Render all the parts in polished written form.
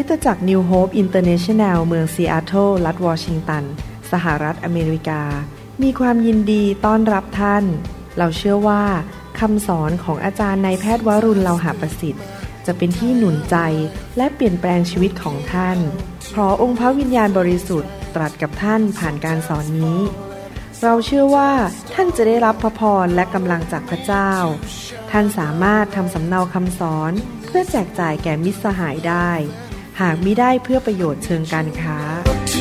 ตจักร New Hope International เมืองซีแอตเทิลรัฐวอชิงตันสหรัฐอเมริกามีความยินดีต้อนรับท่านเราเชื่อว่าคำสอนของอาจารย์นายแพทย์วรุณ เลาหะประสิทธิ์จะเป็นที่หนุนใจและเปลี่ยนแปลงชีวิตของท่านขอองค์พระวิญญาณบริสุทธิ์ตรัสกับท่านผ่านการสอนนี้เราเชื่อว่าท่านจะได้รับพระพรและกำลังจากพระเจ้าท่านสามารถทำสำเนาคำสอนเพื่อแจกจ่ายแก่มิตรสหายได้หากมิได้เพื่อประโยชน์เชิงการค้า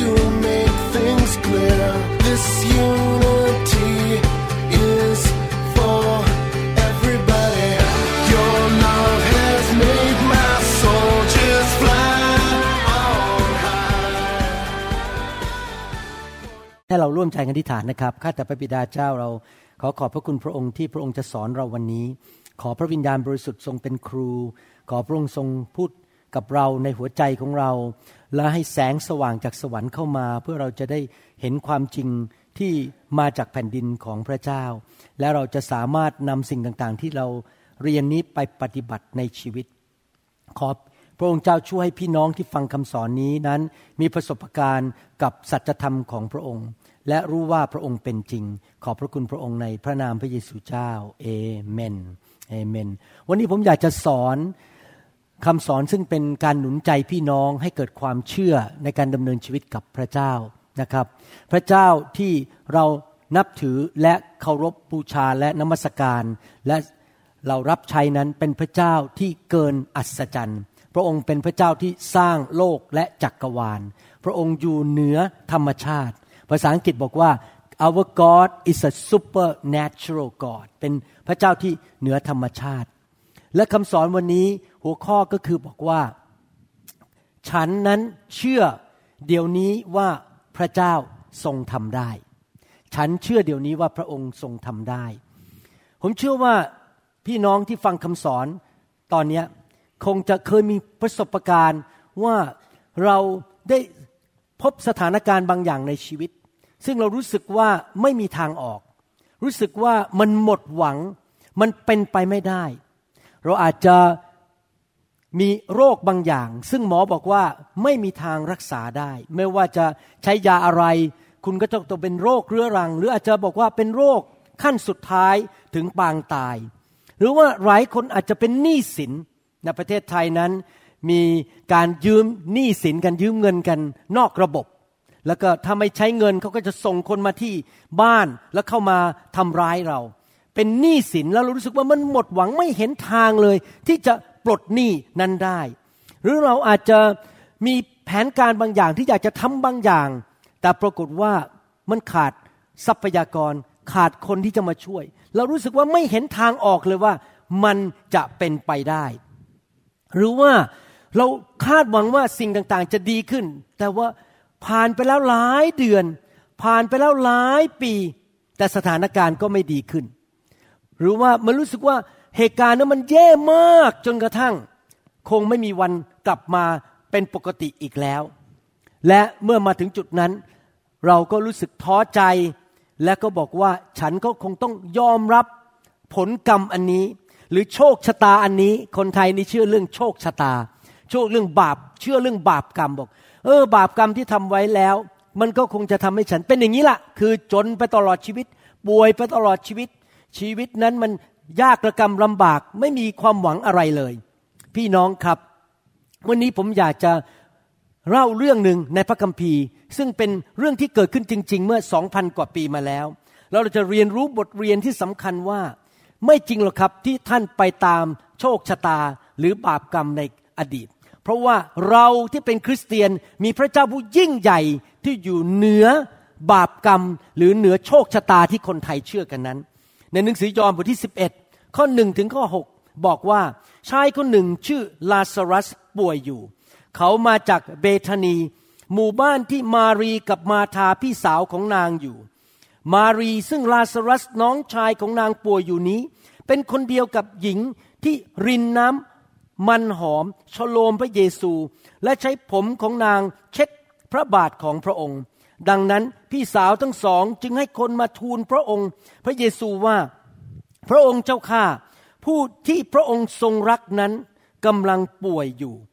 ให้เราร่วมใจกันอธิษฐานนะครับข้าแต่พระบิดาเจ้าเราขอขอบพระคุณพระองค์ที่พระองค์จะสอนเราวันนี้ขอพระวิญญาณบริสุทธิ์ทรงเป็นครูขอพระองค์ทรงพูดกับเราในหัวใจของเราและให้แสงสว่างจากสวรรค์เข้ามาเพื่อเราจะได้เห็นความจริงที่มาจากแผ่นดินของพระเจ้าและเราจะสามารถนำสิ่งต่างๆที่เราเรียนนี้ไปปฏิบัติในชีวิตขอพระองค์เจ้าช่วยให้พี่น้องที่ฟังคำสอนนี้นั้นมีประสบการณ์กับสัจธรรมของพระองค์และรู้ว่าพระองค์เป็นจริงขอบพระคุณพระองค์ในพระนามพระเยซูเจ้าเอเมนเอเมนวันนี้ผมอยากจะสอนคำสอนซึ่งเป็นการหนุนใจพี่น้องให้เกิดความเชื่อในการดำเนินชีวิตกับพระเจ้านะครับพระเจ้าที่เรานับถือและเคารพบูชาและนมัสการและเรารับใช้นั้นเป็นพระเจ้าที่เกินอัศจรรย์พระองค์เป็นพระเจ้าที่สร้างโลกและจักรวาลพระองค์อยู่เหนือธรรมชาติภาษาอังกฤษบอกว่า our God is a supernatural God เป็นพระเจ้าที่เหนือธรรมชาติและคำสอนวันนี้หัวข้อก็คือบอกว่าฉันนั้นเชื่อเดี๋ยวนี้ว่าพระเจ้าทรงทำได้ฉันเชื่อเดี๋ยวนี้ว่าพระองค์ทรงทำได้ผมเชื่อว่าพี่น้องที่ฟังคำสอนตอนนี้คงจะเคยมีประสบการณ์ว่าเราได้พบสถานการณ์บางอย่างในชีวิตซึ่งเรารู้สึกว่าไม่มีทางออกรู้สึกว่ามันหมดหวังมันเป็นไปไม่ได้เราอาจจะมีโรคบางอย่างซึ่งหมอบอกว่าไม่มีทางรักษาได้ไม่ว่าจะใช้ยาอะไรคุณก็ต้องเป็นโรคเรื้อรังหรืออาจจะบอกว่าเป็นโรคขั้นสุดท้ายถึงปางตายหรือว่าหลายคนอาจจะเป็นหนี้สินในประเทศไทยนั้นมีการยืมหนี้สินกันยืมเงินกันนอกระบบแล้วก็ถ้าไม่ใช้เงินเขาก็จะส่งคนมาที่บ้านแล้วเข้ามาทำร้ายเราเป็นหนี้สินแล้วเรารู้สึกว่ามันหมดหวังไม่เห็นทางเลยที่จะปลดหนี้นั้นได้หรือเราอาจจะมีแผนการบางอย่างที่อยากจะทำบางอย่างแต่ปรากฏว่ามันขาดทรัพยากรขาดคนที่จะมาช่วยเรารู้สึกว่าไม่เห็นทางออกเลยว่ามันจะเป็นไปได้หรือว่าเราคาดหวังว่าสิ่งต่างๆจะดีขึ้นแต่ว่าผ่านไปแล้วหลายเดือนผ่านไปแล้วหลายปีแต่สถานการณ์ก็ไม่ดีขึ้นหรือว่ามันรู้สึกว่าเหตุการณ์นั้นมันแย่มากจนกระทั่งคงไม่มีวันกลับมาเป็นปกติอีกแล้วและเมื่อมาถึงจุดนั้นเราก็รู้สึกท้อใจและก็บอกว่าฉันก็คงต้องยอมรับผลกรรมอันนี้หรือโชคชะตาอันนี้คนไทยนี่เชื่อเรื่องโชคชะตาโชคเรื่องบาปเชื่อเรื่องบาปกรรมบอกบาปกรรมที่ทำไว้แล้วมันก็คงจะทำให้ฉันเป็นอย่างนี้ล่ะคือจนไปตลอดชีวิตป่วยไปตลอดชีวิตชีวิตนั้นมันยากระกำลำบากไม่มีความหวังอะไรเลยพี่น้องครับวันนี้ผมอยากจะเล่าเรื่องนึงในพระคัมภีร์ซึ่งเป็นเรื่องที่เกิดขึ้นจริงๆเมื่อ 2,000 กว่าปีมาแล้วเราจะเรียนรู้บทเรียนที่สำคัญว่าไม่จริงหรอกครับที่ท่านไปตามโชคชะตาหรือบาปกรรมในอดีตเพราะว่าเราที่เป็นคริสเตียนมีพระเจ้าผู้ยิ่งใหญ่ที่อยู่เหนือบาปกรรมหรือเหนือโชคชะตาที่คนไทยเชื่อกันนั้นในหนังสือยอห์นบทที่11ข้อ1ถึงข้อ6บอกว่าชายคนหนึ่งชื่อลาซารัสป่วยอยู่เขามาจากเบธานีหมู่บ้านที่มารีกับมาธาพี่สาวของนางอยู่มารีซึ่งลาซารัสน้องชายของนางป่วยอยู่นี้เป็นคนเดียวกับหญิงที่รินน้ำมันหอมฉโลมพระเยซูและใช้ผมของนางเช็ดพระบาทของพระองค์ดังนั้นพี่สาวทั้งสองจึงให้คนมาทูลพระองค์พระเยซูว่าพระองค์เจ้าข้าผู้ที่พระองค์ทรงรักนั้นกำลังป่วยอยู่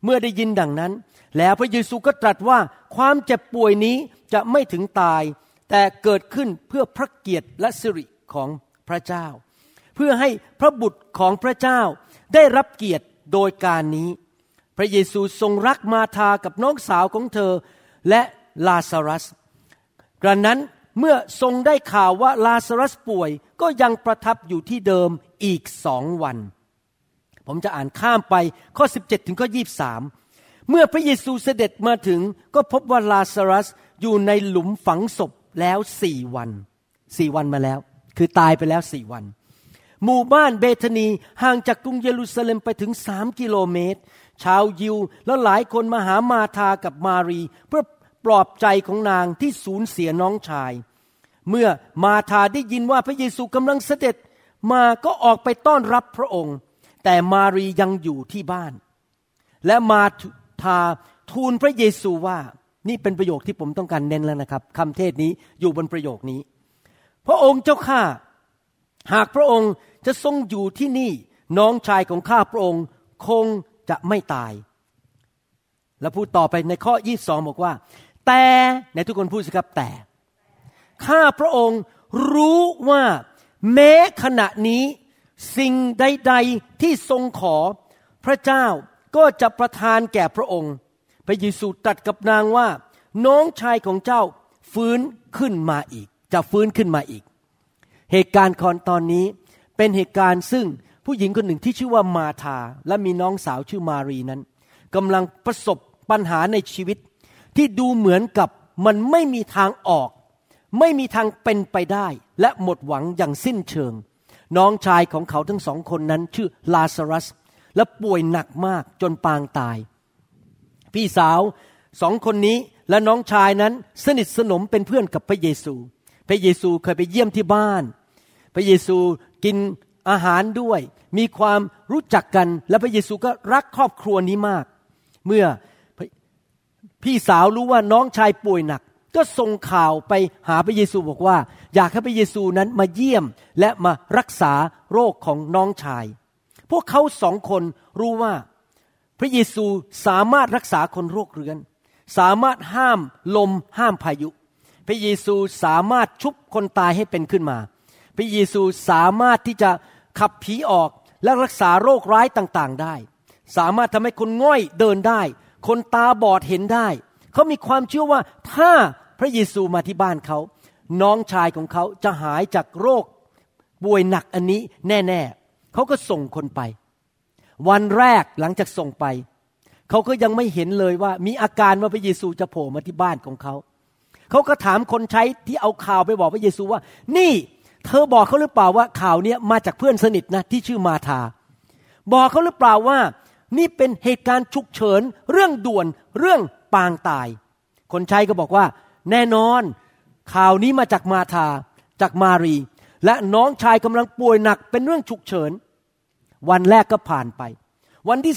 เมื่อได้ยินดังนั้นแล้วพระเยซูก็ตรัสว่าความเจ็บป่วยนี้จะไม่ถึงตายแต่เกิดขึ้นเพื่อพระเกียรติและสิริของพระเจ้าเพื่อให้พระบุตรของพระเจ้าได้รับเกียรติโดยการนี้พระเยซูทรงรักมาธากับน้องสาวของเธอและลาซารัสกระนั้นเมื่อทรงได้ข่าวว่าลาซารัสป่วยก็ยังประทับอยู่ที่เดิมอีก2 วันผมจะอ่านข้ามไปข้อ17ถึงข้อ23เมื่อพระเยซูเสด็จมาถึงก็พบว่าลาซารัสอยู่ในหลุมฝังศพแล้ว4 วัน4 วันมาแล้วคือตายไปแล้ว4 วันหมู่บ้านเบธานีห่างจากกรุงเยรูซาเล็มไปถึง3 กิโลเมตรชาวยิวและหลายคนมาหามาธากับมารีเพื่อปลอบใจของนางที่สูญเสียน้องชายเมื่อมาธาได้ยินว่าพระเยซูกำลังเสด็จมาก็ออกไปต้อนรับพระองค์แต่มารียังอยู่ที่บ้านและมาธาทูลพระเยซูว่านี่เป็นประโยคที่ผมต้องการเน้นแล้วนะครับคำเทศนี้อยู่บนประโยคนี้พระองค์เจ้าข้าหากพระองค์จะทรงอยู่ที่นี่น้องชายของข้าพระองค์คงจะไม่ตายแล้วพูดต่อไปในข้อ22บอกว่าแต่ในทุกคนพูดสิครับแต่ข้าพระองค์รู้ว่าแม้ขณะนี้สิ่งใดๆที่ทรงขอพระเจ้าก็จะประทานแก่พระองค์พระเยซูตรัสกับนางว่าน้องชายของเจ้าฟื้นขึ้นมาอีกจะฟื้นขึ้นมาอีกเหตุการณ์ตอนนี้เป็นเหตุการณ์ซึ่งผู้หญิงคนหนึ่งที่ชื่อว่ามาธาและมีน้องสาวชื่อมารีนั้นกำลังประสบปัญหาในชีวิตที่ดูเหมือนกับมันไม่มีทางออกไม่มีทางเป็นไปได้และหมดหวังอย่างสิ้นเชิงน้องชายของเขาทั้ง2 คนนั้นชื่อลาซารัสและป่วยหนักมากจนปางตายพี่สาว2 คนนี้และน้องชายนั้นสนิทสนมเป็นเพื่อนกับพระเยซูพระเยซูเคยไปเยี่ยมที่บ้านพระเยซูกินอาหารด้วยมีความรู้จักกันและพระเยซูก็รักครอบครัวนี้มากเมื่อพี่สาวรู้ว่าน้องชายป่วยหนักก็ส่งข่าวไปหาพระเยซูบอกว่าอยากให้พระเยซูนั้นมาเยี่ยมและมารักษาโรคของน้องชายพวกเขา2 คนรู้ว่าพระเยซูสามารถรักษาคนโรคเรื้อนสามารถห้ามลมห้ามพายุพระเยซูสามารถชุบคนตายให้เป็นขึ้นมาพระเยซูสามารถที่จะขับผีออกและรักษาโรคร้ายต่างๆได้สามารถทำให้คนง่อยเดินได้คนตาบอดเห็นได้เขามีความเชื่อว่าถ้าพระเยซูมาที่บ้านเขาน้องชายของเขาจะหายจากโรคป่วยหนักอันนี้แน่ๆเขาก็ส่งคนไปวันแรกหลังจากส่งไปเขาก็ยังไม่เห็นเลยว่ามีอาการว่าพระเยซูจะโผล่มาที่บ้านของเขาเขาก็ถามคนใช้ที่เอาข่าวไปบอกพระเยซูว่านี่เธอบอกเขาหรือเปล่าว่าข่าวนี้มาจากเพื่อนสนิทนะที่ชื่อมาธาบอกเขาหรือเปล่าว่านี่เป็นเหตุการณ์ฉุกเฉินเรื่องด่วนเรื่องปางตายคนใช้ก็บอกว่าแน่นอนข่าวนี้มาจากมาธาจากมารีและน้องชายกำลังป่วยหนักเป็นเรื่องฉุกเฉินวันแรกก็ผ่านไปวันที่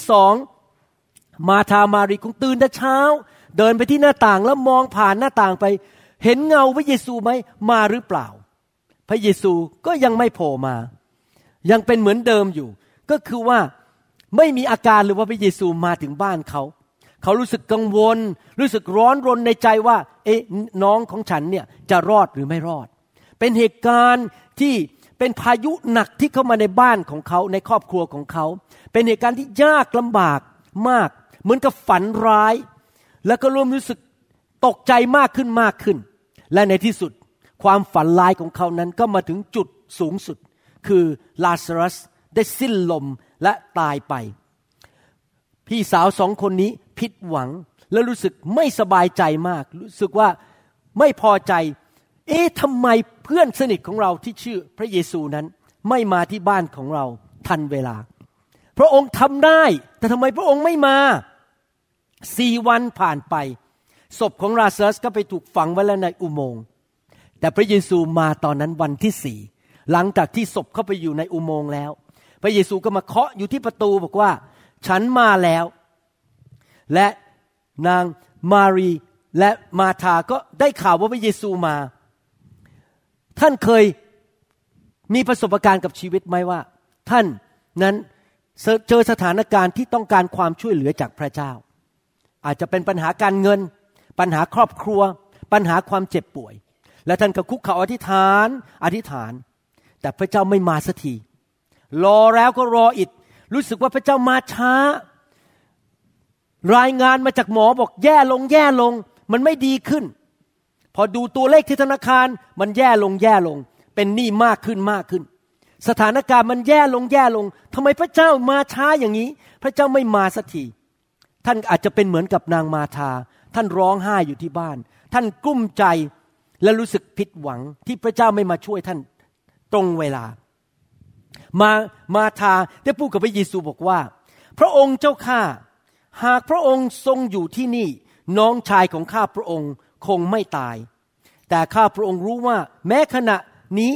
2มาธามารีคงตื่นแต่เช้าเดินไปที่หน้าต่างแล้วมองผ่านหน้าต่างไปเห็นเงาพระเยซูไหมมาหรือเปล่าพระเยซูก็ยังไม่โผล่มายังเป็นเหมือนเดิมอยู่ก็คือว่าไม่มีอาการหรือว่าพระเยซูมาถึงบ้านเขารู้สึกกังวลรู้สึกร้อนรนในใจว่าน้องของฉันเนี่ยจะรอดหรือไม่รอดเป็นเหตุการณ์ที่เป็นพายุหนักที่เข้ามาในบ้านของเขาในครอบครัวของเขาเป็นเหตุการณ์ที่ยากลำบากมากเหมือนกับฝันร้ายแล้วก็รู้สึกตกใจมากขึ้นและในที่สุดความฝันร้ายของเขานั้นก็มาถึงจุดสูงสุดคือลาซารัสได้สิ้นลมและตายไปพี่สาว2 คนนี้ผิดหวังและรู้สึกไม่สบายใจมากรู้สึกว่าไม่พอใจทำไมเพื่อนสนิทของเราที่ชื่อพระเยซูนั้นไม่มาที่บ้านของเราทันเวลาพระองค์ทำได้แต่ทำไมพระองค์ไม่มา4 วันผ่านไปศพของลาซารัสก็ไปถูกฝังไว้แล้วในอุโมงค์แต่พระเยซูมาตอนนั้นวันที่4หลังจากที่ศพเข้าไปอยู่ในอุโมงค์แล้วพระเยซูก็มาเคาะอยู่ที่ประตูบอกว่าฉันมาแล้วและนางมารีและมาธาก็ได้ข่าวว่าพระเยซูมาท่านเคยมีประสบการณ์กับชีวิตไหมว่าท่านนั้นเจอสถานการณ์ที่ต้องการความช่วยเหลือจากพระเจ้าอาจจะเป็นปัญหาการเงินปัญหาครอบครัวปัญหาความเจ็บป่วยและท่านก็คุกเข่าอธิษฐานแต่พระเจ้าไม่มาสักทีรอแล้วก็รออีกรู้สึกว่าพระเจ้ามาช้ารายงานมาจากหมอบอกแย่ลงมันไม่ดีขึ้นพอดูตัวเลขที่ธนาคารมันแย่ลงเป็นหนี้มากขึ้นสถานการณ์มันแย่ลงทำไมพระเจ้ามาช้าอย่างนี้พระเจ้าไม่มาสักทีท่านอาจจะเป็นเหมือนกับนางมาธาท่านร้องไห้อยู่ที่บ้านท่านกลุ้มใจและรู้สึกผิดหวังที่พระเจ้าไม่มาช่วยท่านตรงเวลามาธาได้พูดกับพระเยซูบอกว่าพระองค์เจ้าข้าหากพระองค์ทรงอยู่ที่นี่น้องชายของข้าพระองค์คงไม่ตายแต่ข้าพระองค์รู้ว่าแม้ขณะนี้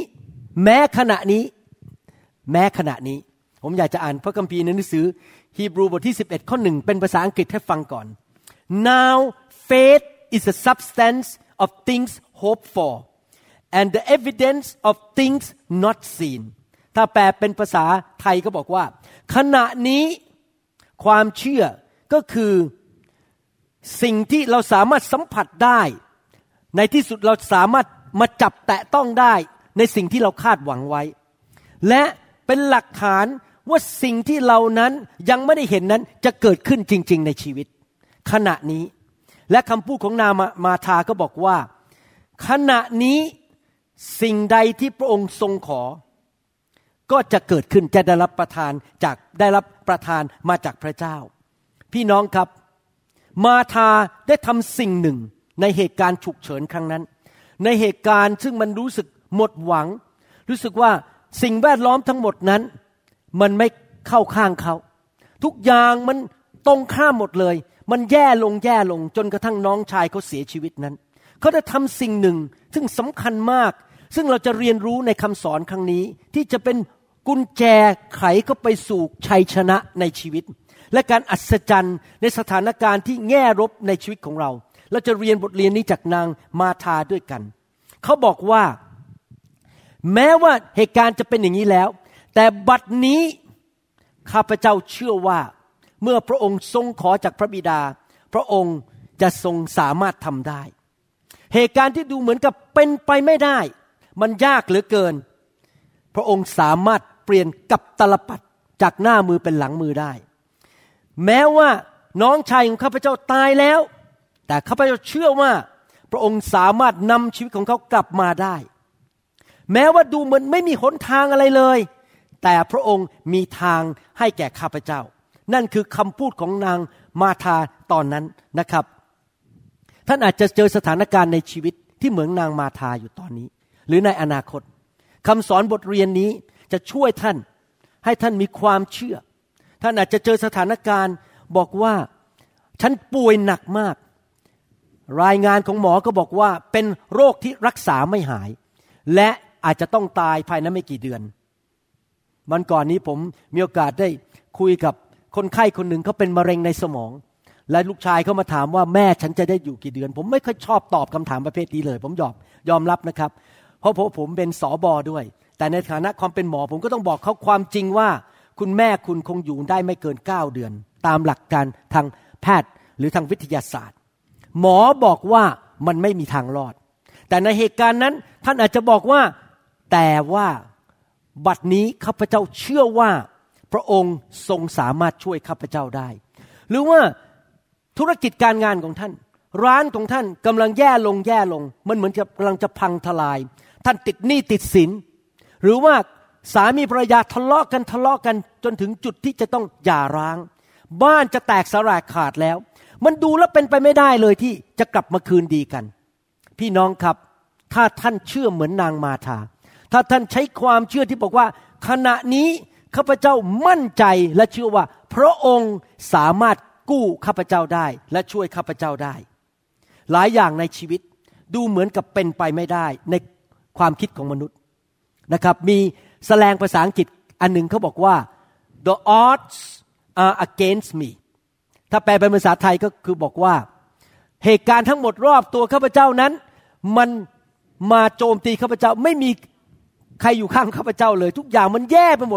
ผมอยากจะอ่านพระคัมภีร์ในหนังสือฮีบรูบทที่11ข้อ1เป็นภาษาอังกฤษให้ฟังก่อน Now faith is the substance of things hoped for and the evidence of things not seen ถ้าแปลเป็นภาษาไทยก็บอกว่าขณะนี้ความเชื่อก็คือสิ่งที่เราสามารถสัมผัสได้ในที่สุดเราสามารถมาจับแตะต้องได้ในสิ่งที่เราคาดหวังไว้และเป็นหลักฐานว่าสิ่งที่เรานั้นยังไม่ได้เห็นนั้นจะเกิดขึ้นจริงๆในชีวิตขณะนี้และคำพูดของนางมาธาก็บอกว่าขณะนี้สิ่งใดที่พระองค์ทรงขอก็จะเกิดขึ้นจะได้รับประทานมาจากพระเจ้าพี่น้องครับมาธาได้ทำสิ่งหนึ่งในเหตุการณ์ฉุกเฉินครั้งนั้นในเหตุการณ์ซึ่งมันรู้สึกหมดหวังรู้สึกว่าสิ่งแวดล้อมทั้งหมดนั้นมันไม่เข้าข้างเขาทุกอย่างมันตรงข้ามหมดเลยมันแย่ลงจนกระทั่งน้องชายเขาเสียชีวิตนั้นเขาได้ทำสิ่งหนึ่งซึ่งสำคัญมากซึ่งเราจะเรียนรู้ในคำสอนครั้งนี้ที่จะเป็นกุญแจไขเข้าไปสู่ชัยชนะในชีวิตและการอัศจรรย์ในสถานการณ์ที่แง่ลบในชีวิตของเราเราจะเรียนบทเรียนนี้จากนางมาธาด้วยกันเขาบอกว่าแม้ว่าเหตุการณ์จะเป็นอย่างนี้แล้วแต่บัดนี้ข้าพเจ้าเชื่อว่าเมื่อพระองค์ทรงขอจากพระบิดาพระองค์จะทรงสามารถทำได้เหตุการณ์ที่ดูเหมือนกับเป็นไปไม่ได้มันยากเหลือเกินพระองค์สามารถเปลี่ยนกับตลปัดจากหน้ามือเป็นหลังมือได้แม้ว่าน้องชายของข้าพเจ้าตายแล้วแต่ข้าพเจ้าเชื่อว่าพระองค์สามารถนำชีวิตของเขากลับมาได้แม้ว่าดูเหมือนไม่มีหนทางอะไรเลยแต่พระองค์มีทางให้แก่ข้าพเจ้านั่นคือคำพูดของนางมาธาตอนนั้นนะครับท่านอาจจะเจอสถานการณ์ในชีวิตที่เหมือนนางมาธาอยู่ตอนนี้หรือในอนาคตคำสอนบทเรียนนี้จะช่วยท่านให้ท่านมีความเชื่อท่านอาจจะเจอสถานการณ์บอกว่าฉันป่วยหนักมากรายงานของหมอก็บอกว่าเป็นโรคที่รักษาไม่หายและอาจจะต้องตายภายในไม่กี่เดือนวันก่อนนี้ผมมีโอกาสได้คุยกับคนไข้คนหนึ่งเขาเป็นมะเร็งในสมองและลูกชายเขามาถามว่าแม่ฉันจะได้อยู่กี่เดือนผมไม่ค่อยชอบตอบคำถามประเภทนี้เลยผมยอมรับนะครับเพราะผมเป็นสบด้วยแต่ในฐานะความเป็นหมอผมก็ต้องบอกเขาความจริงว่าคุณแม่คุณคงอยู่ได้ไม่เกิน9เดือนตามหลักการทางแพทย์หรือทางวิทยาศาสตร์หมอบอกว่ามันไม่มีทางรอดแต่ในเหตุการณ์นั้นท่านอาจจะบอกว่าแต่ว่าบัดนี้ข้าพเจ้าเชื่อว่าพระองค์ทรงสามารถช่วยข้าพเจ้าได้หรือว่าธุรกิจการงานของท่านร้านของท่านกำลังแย่ลงมันเหมือนกับกำลังจะพังทลายท่านติดหนี้ติดสินหรือว่าสามีภรรยาทะเลาะกันจนถึงจุดที่จะต้องหย่าร้างบ้านจะแตกสลายขาดแล้วมันดูแล้วเป็นไปไม่ได้เลยที่จะกลับมาคืนดีกันพี่น้องครับถ้าท่านเชื่อเหมือนนางมาธาถ้าท่านใช้ความเชื่อที่บอกว่าขณะนี้ข้าพเจ้ามั่นใจและเชื่อว่าพระองค์สามารถกู้ข้าพเจ้าได้และช่วยข้าพเจ้าได้หลายอย่างในชีวิตดูเหมือนกับเป็นไปไม่ได้ในความคิดของมนุษย์นะครับมีแสดงภาษาอังกฤษอันหนึ่งเขาบอกว่า the odds are against me ถ้าแปลเป็นภาษาไทยก็คือบอกว่าเหตุการณ์ทั้งหมดรอบตัวข้าพเจ้านั้นมันมาโจมตีข้าพเจ้าไม่มีใครอยู่ข้างข้าพเจ้าเลยทุกอย่างมันแย่ไปหมด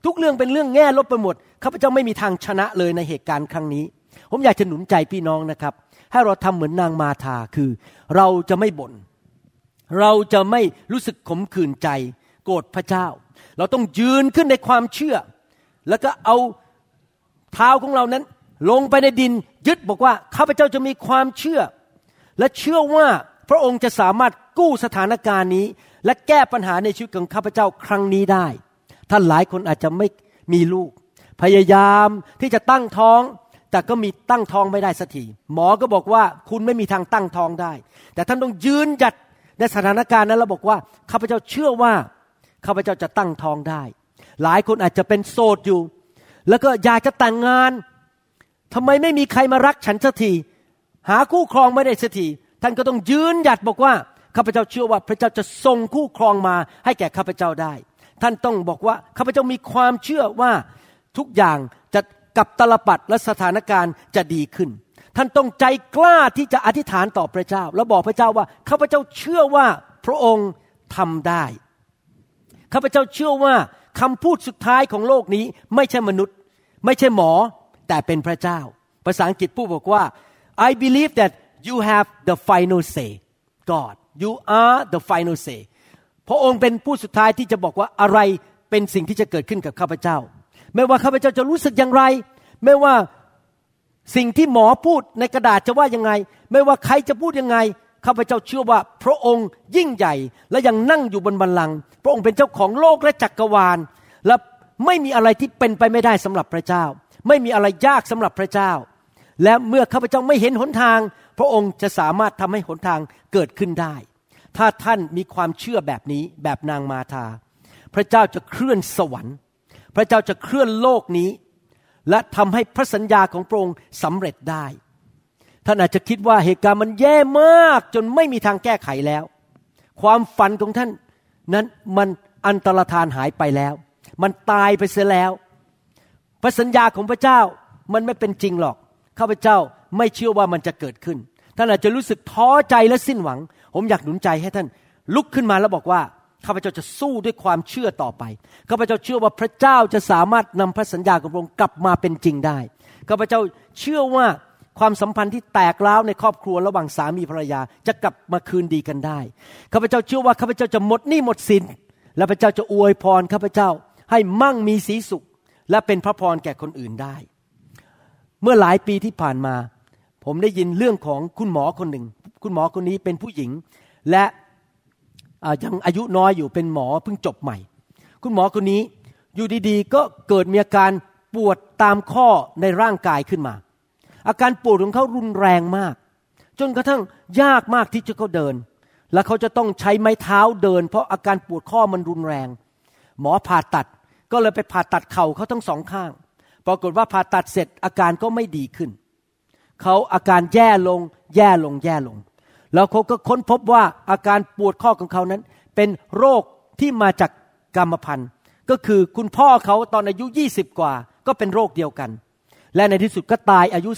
ทุกเรื่องเป็นเรื่องแง่ลบไปหมดข้าพเจ้าไม่มีทางชนะเลยในเหตุการณ์ครั้งนี้ผมอยากจะหนุนใจพี่น้องนะครับให้เราทำเหมือนนางมาธาคือเราจะไม่บ่นเราจะไม่รู้สึกขมขื่นใจโกรธพระเจ้าเราต้องยืนขึ้นในความเชื่อแล้วก็เอาเท้าของเรานั้นลงไปในดินยึดบอกว่าข้าพเจ้าจะมีความเชื่อและเชื่อว่าพระองค์จะสามารถกู้สถานการณ์นี้และแก้ปัญหาในชีวิตของข้าพเจ้าครั้งนี้ได้ท่านหลายคนอาจจะไม่มีลูกพยายามที่จะตั้งท้องแต่ก็มีตั้งท้องไม่ได้สักทีหมอก็บอกว่าคุณไม่มีทางตั้งท้องได้แต่ท่านต้องยืนหยัดในสถานการณ์นั้นแล้วบอกว่าข้าพเจ้าเชื่อว่าข้าพเจ้าจะตั้งท้องได้หลายคนอาจจะเป็นโสดอยู่แล้วก็อยากจะแต่งงานทำไมไม่มีใครมารักฉันสักทีหาคู่ครองไม่ได้สักทีท่านก็ต้องยืนหยัดบอกว่าข้าพเจ้าเชื่อว่าพระเจ้าจะส่งคู่ครองมาให้แก่ข้าพเจ้าได้ท่านต้องบอกว่าข้าพเจ้ามีความเชื่อว่าทุกอย่างจะกลับตลปัดและสถานการณ์จะดีขึ้นท่านต้องใจกล้าที่จะอธิษฐานต่อพระเจ้าแล้วบอกพระเจ้าว่าข้าพเจ้าเชื่อว่าพระองค์ทำได้ข้าพเจ้าเชื่อว่าคำพูดสุดท้ายของโลกนี้ไม่ใช่มนุษย์ไม่ใช่หมอแต่เป็นพระเจ้าภาษาอังกฤษพูดบอกว่า I believe that you have the final say God you are the final say พระองค์เป็นผู้สุดท้ายที่จะบอกว่าอะไรเป็นสิ่งที่จะเกิดขึ้นกับข้าพเจ้าไม่ว่าข้าพเจ้าจะรู้สึกอย่างไรไม่ว่าสิ่งที่หมอพูดในกระดาษจะว่ายังไงไม่ว่าใครจะพูดยังไงข้าพเจ้าเชื่อว่าพระองค์ยิ่งใหญ่และยังนั่งอยู่บนบัลลังก์พระองค์เป็นเจ้าของโลกและจักรวาลและไม่มีอะไรที่เป็นไปไม่ได้สำหรับพระเจ้าไม่มีอะไรยากสำหรับพระเจ้าและเมื่อข้าพเจ้าไม่เห็นหนทางพระองค์จะสามารถทำให้หนทางเกิดขึ้นได้ถ้าท่านมีความเชื่อแบบนี้แบบนางมาธาพระเจ้าจะเคลื่อนสวรรค์พระเจ้าจะเคลื่อนโลกนี้และทำให้พระสัญญาของพระองค์สำเร็จได้ท่านอาจจะคิดว่าเหตุการณ์มันแย่มากจนไม่มีทางแก้ไขแล้วความฝันของท่านนั้นมันอันตรธานหายไปแล้วมันตายไปเสียแล้วพระสัญญาของพระเจ้ามันไม่เป็นจริงหรอกข้าพเจ้าไม่เชื่อว่ามันจะเกิดขึ้นท่านอาจจะรู้สึกท้อใจและสิ้นหวังผมอยากหนุนใจให้ท่านลุกขึ้นมาแล้วบอกว่าข้าพเจ้าจะสู้ด้วยความเชื่อต่อไปข้าพเจ้าเชื่อว่าพระเจ้าจะสามารถนำพระสัญญาของพระองค์กลับมาเป็นจริงได้ข้าพเจ้าเชื่อว่าความสัมพันธ์ที่แตกร้าวในครอบครัวระหว่างสามีภรรยาจะกลับมาคืนดีกันได้ข้าพเจ้าเชื่อว่าข้าพเจ้าจะหมดหนี้หมดสินและพระเจ้าจะอวยพรข้าพเจ้าให้มั่งมีศรีสุขและเป็นพระพรแก่คนอื่นได้เมื่อหลายปีที่ผ่านมาผมได้ยินเรื่องของคุณหมอคนหนึ่งคุณหมอคนนี้เป็นผู้หญิงและยังอายุน้อยอยู่เป็นหมอเพิ่งจบใหม่คุณหมอคนนี้อยู่ดีๆก็เกิดมีอาการปวดตามข้อในร่างกายขึ้นมาอาการปวดของเขารุนแรงมากจนกระทั่งยากมากที่จะเขาเดินและเขาจะต้องใช้ไม้เท้าเดินเพราะอาการปวดข้อมันรุนแรงหมอผ่าตัดก็เลยไปผ่าตัดเข่าเขาทั้งสองข้างปรากฏว่าผ่าตัดเสร็จอาการก็ไม่ดีขึ้นเขาอาการแย่ลงแล้วเขาก็ค้นพบว่าอาการปวดข้อของเขานั้นเป็นโรคที่มาจากกรรมพันธุ์ก็คือคุณพ่อเขาตอนอายุ20กว่าก็เป็นโรคเดียวกันและในที่สุดก็ตายอายุ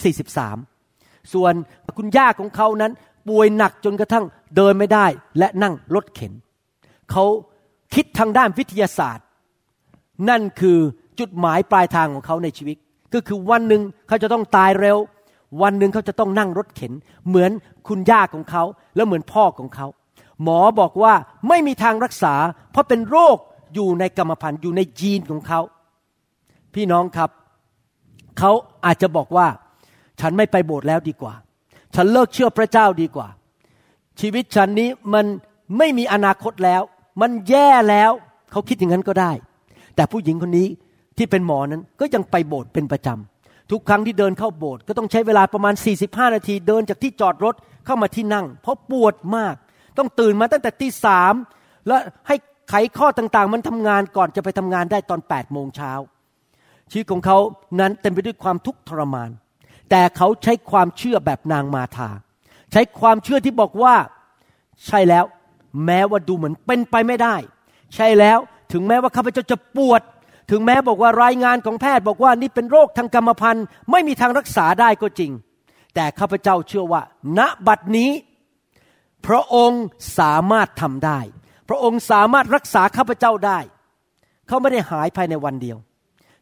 43ส่วนคุณย่าของเขานั้นป่วยหนักจนกระทั่งเดินไม่ได้และนั่งรถเข็นเขาคิดทางด้านวิทยาศาสตร์นั่นคือจุดหมายปลายทางของเขาในชีวิตก็คือวันหนึ่งเขาจะต้องตายเร็ววันหนึ่งเขาจะต้องนั่งรถเข็นเหมือนคุณย่าของเขาและเหมือนพ่อของเขาหมอบอกว่าไม่มีทางรักษาเพราะเป็นโรคอยู่ในกรรมพันธุ์อยู่ในยีนของเขาพี่น้องครับเขาอาจจะบอกว่าฉันไม่ไปโบสถ์แล้วดีกว่าฉันเลิกเชื่อพระเจ้าดีกว่าชีวิตฉันนี้มันไม่มีอนาคตแล้วมันแย่แล้วเขาคิดอย่างนั้นก็ได้แต่ผู้หญิงคนนี้ที่เป็นหมอนั้นก็ยังไปโบสถ์เป็นประจำทุกครั้งที่เดินเข้าโบสถ์ก็ต้องใช้เวลาประมาณ45นาทีเดินจากที่จอดรถเข้ามาที่นั่งเพราะปวดมากต้องตื่นมาตั้งแต่ตี 3และให้ไขข้อต่างๆมันทำงานก่อนจะไปทำงานได้ตอน8 โมงเช้าชีวิตของเขานั้นเต็มไปด้วยความทุกข์ทรมานแต่เขาใช้ความเชื่อแบบนางมาธาใช้ความเชื่อที่บอกว่าใช่แล้วแม้ว่าดูเหมือนเป็นไปไม่ได้ใช่แล้วถึงแม้ว่าข้าพเจ้าจะปวดถึงแม้บอกว่ารายงานของแพทย์บอกว่านี่เป็นโรคทางกรรมพันธุ์ไม่มีทางรักษาได้ก็จริงแต่ข้าพเจ้าเชื่อว่าณบัดนี้พระองค์สามารถทำได้พระองค์สามารถรักษาข้าพเจ้าได้เขาไม่ได้หายภายในวันเดียว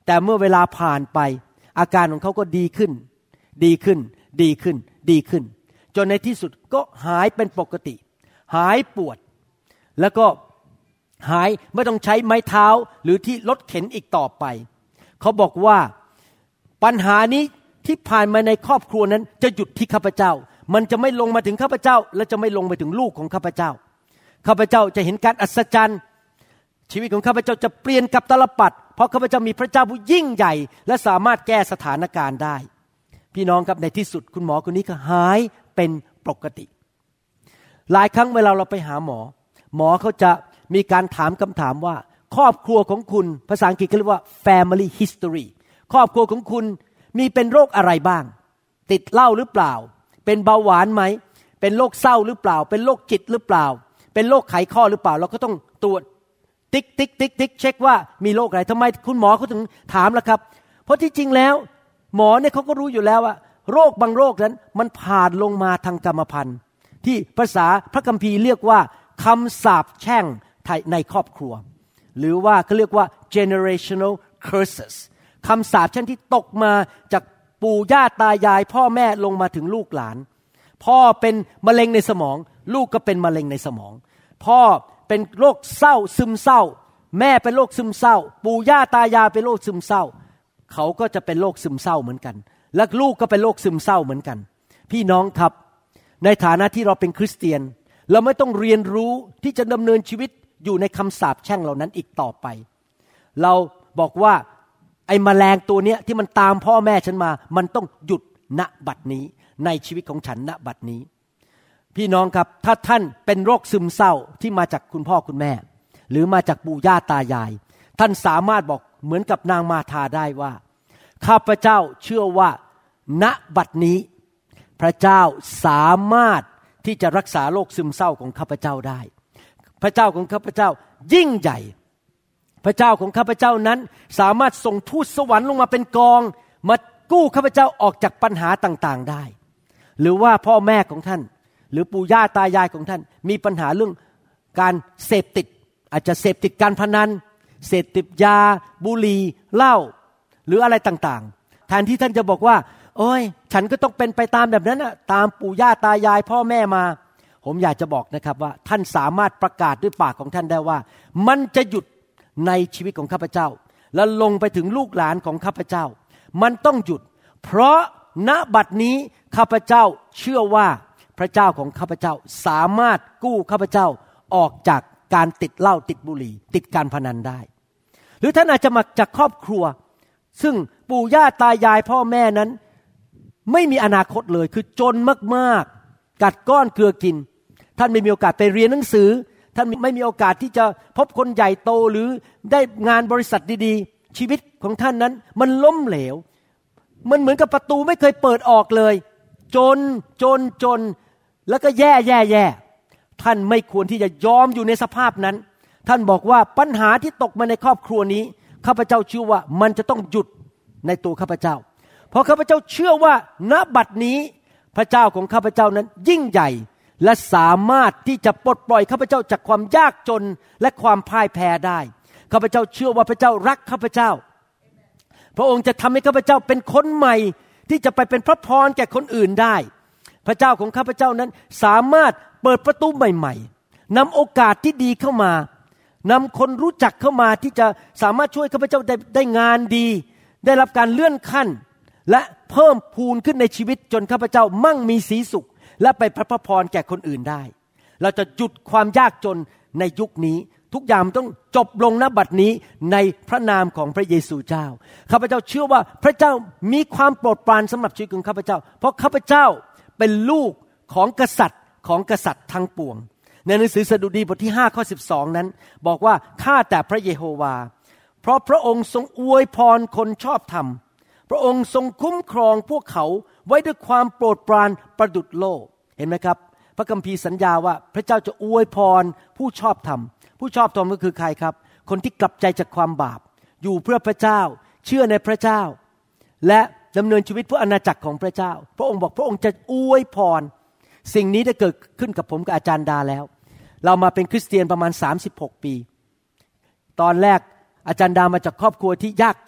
แต่เมื่อเวลาผ่านไปอาการของเขาก็ดีขึ้นดีขึ้นดีขึ้นดีขึ้นจนในที่สุดก็หายเป็นปกติหายปวดแล้วก็หายไม่ต้องใช้ไม้เท้าหรือที่รถเข็นอีกต่อไปเขาบอกว่าปัญหานี้ที่ผ่านมาในครอบครัวนั้นจะหยุดที่ข้าพเจ้ามันจะไม่ลงมาถึงข้าพเจ้าและจะไม่ลงไปถึงลูกของข้าพเจ้าข้าพเจ้าจะเห็นการอัศจรรย์ชีวิตของข้าพเจ้าจะเปลี่ยนกับตลปัดเพราะข้าพเจ้ามีพระเจ้าผู้ยิ่งใหญ่และสามารถแก้สถานการณ์ได้พี่น้องครับในที่สุดคุณหมอคนนี้ก็หายเป็นปกติหลายครั้งเวลาเราไปหาหมอเขาจะมีการถามคำถามว่าครอบครัวของคุณภาษาอังกฤษเขาเรียกว่า family history ครอบครัวของคุณมีเป็นโรคอะไรบ้างติดเหล้าหรือเปล่าเป็นเบาหวานไหมเป็นโรคเศร้าหรือเปล่าเป็นโรคจิตหรือเปล่าเป็นโรคไขข้อหรือเปล่าเราก็ต้องตรวจติ๊กติ๊กติ๊กติ๊กเช็คว่ามีโรคอะไรทำไมคุณหมอเขาถึงถามล่ะครับเพราะที่จริงแล้วหมอเนี่ยเขาก็รู้อยู่แล้วว่าโรคบางโรคนั้นมันผ่านลงมาทางกรรมพันธุ์ที่ภาษาพระคัมภีร์เรียกว่าคำสาปแช่งในครอบครัวหรือว่าเขาเรียกว่า generational curses คำสาปแช่งที่ตกมาจากปู่ย่าตายายพ่อแม่ลงมาถึงลูกหลานพ่อเป็นมะเร็งในสมองลูกก็เป็นมะเร็งในสมองพ่อเป็นโรคเศร้าซึมเศร้าแม่เป็นโรคซึมเศร้าปู่ย่าตายายเป็นโรคซึมเศร้าเขาก็จะเป็นโรคซึมเศร้าเหมือนกันและลูกก็เป็นโรคซึมเศร้าเหมือนกันพี่น้องครับในฐานะที่เราเป็นคริสเตียนเราไม่ต้องเรียนรู้ที่จะดำเนินชีวิตอยู่ในคำสาปแช่งเหล่านั้นอีกต่อไปเราบอกว่าไอ้แมลงตัวเนี้ยที่มันตามพ่อแม่ฉันมามันต้องหยุดณบัดนี้ในชีวิตของฉันณบัดนี้พี่น้องครับถ้าท่านเป็นโรคซึมเศร้าที่มาจากคุณพ่อคุณแม่หรือมาจากปู่ย่าตายายท่านสามารถบอกเหมือนกับนางมาธาได้ว่าข้าพเจ้าเชื่อว่าณบัดนี้พระเจ้าสามารถที่จะรักษาโรคซึมเศร้าของข้าพเจ้าได้พระเจ้าของข้าพเจ้ายิ่งใหญ่พระเจ้าของข้าพเจ้านั้นสามารถส่งทูตสวรรค์ลงมาเป็นกองมากู้ข้าพเจ้าออกจากปัญหาต่างๆได้หรือว่าพ่อแม่ของท่านหรือปู่ย่าตายายของท่านมีปัญหาเรื่องการเสพติดอาจจะเสพติดการพนันเสพติดยาบุหรี่เหล้าหรืออะไรต่างๆแทนที่ท่านจะบอกว่าโอ้ยฉันก็ต้องเป็นไปตามแบบนั้นน่ะตามปู่ย่าตายายพ่อแม่มาผมอยากจะบอกนะครับว่าท่านสามารถประกาศด้วยปากของท่านได้ว่ามันจะหยุดในชีวิตของข้าพเจ้าและลงไปถึงลูกหลานของข้าพเจ้ามันต้องหยุดเพราะณบัดนี้ข้าพเจ้าเชื่อว่าพระเจ้าของข้าพเจ้าสามารถกู้ข้าพเจ้าออกจากการติดเหล้าติดบุหรี่ติดการพนันได้หรือท่านอาจจะมาจากครอบครัวซึ่งปู่ย่าตายายพ่อแม่นั้นไม่มีอนาคตเลยคือจนมากๆกัดก้อนเกลือกินท่านไม่มีโอกาสไปเรียนหนังสือท่านไม่มีโอกาสที่จะพบคนใหญ่โตหรือได้งานบริษัทดีๆชีวิตของท่านนั้นมันล้มเหลวมันเหมือนกับประตูไม่เคยเปิดออกเลยจนแล้วก็แย่ท่านไม่ควรที่จะยอมอยู่ในสภาพนั้นท่านบอกว่าปัญหาที่ตกมาในครอบครัวนี้ข้าพเจ้าเชื่อว่ามันจะต้องหยุดในตัวข้าพเจ้าเพราะข้าพเจ้าเชื่อว่าณบัดนี้พระเจ้าของข้าพเจ้านั้นยิ่งใหญ่และสามารถที่จะปลดปล่อยข้าพเจ้าจากความยากจนและความพ่ายแพ้ได้ข้าพเจ้าเชื่อว่าพระเจ้ารักข้าพเจ้าพระองค์จะทำให้ข้าพเจ้าเป็นคนใหม่ที่จะไปเป็นพระพรแก่คนอื่นได้พระเจ้าของข้าพเจ้านั้นสามารถเปิดประตูใหม่ๆนำโอกาสที่ดีเข้ามานำคนรู้จักเข้ามาที่จะสามารถช่วยข้าพเจ้าได้งานดีได้รับการเลื่อนขั้นและเพิ่มพูนขึ้นในชีวิตจนข้าพเจ้ามั่งมีสีสุขและไปพระพรแก่คนอื่นได้เราจะหยุดความยากจนในยุคนี้ทุกอย่างต้องจบลงณบัดนี้ในพระนามของพระเยซูเจ้าข้าพเจ้าเชื่อว่าพระเจ้ามีความโปรดปรานสำหรับชีวิตของข้าพเจ้าเพราะข้าพเจ้าเป็นลูกของกษัตริย์ทั้งปวงในหนังสือสดุดีบทที่5ข้อ12นั้นบอกว่าข้าแต่พระเยโฮวาเพราะพระองค์ทรงอวยพรคนชอบธรรมพระองค์ทรงคุ้มครองพวกเขาไว้ด้วยความโปรดปรานประดุจโลกเห็นไหมครับพระคัมภีร์สัญญาว่าพระเจ้าจะอวยพรผู้ชอบธรรมผู้ชอบธรรมก็คือใครครับคนที่กลับใจจากความบาปอยู่เพื่อพระเจ้าเชื่อในพระเจ้าและดำเนินชีวิตเพื่ออาณาจักรของพระเจ้าพระองค์บอกพระองค์จะอวยพรสิ่งนี้ได้เกิดขึ้นกับผมกับอาจารย์ดาแล้วเรามาเป็นคริสเตียนประมาณ36ปีตอนแรกอาจารย์ดามาจากครอบครัวที่ยากจน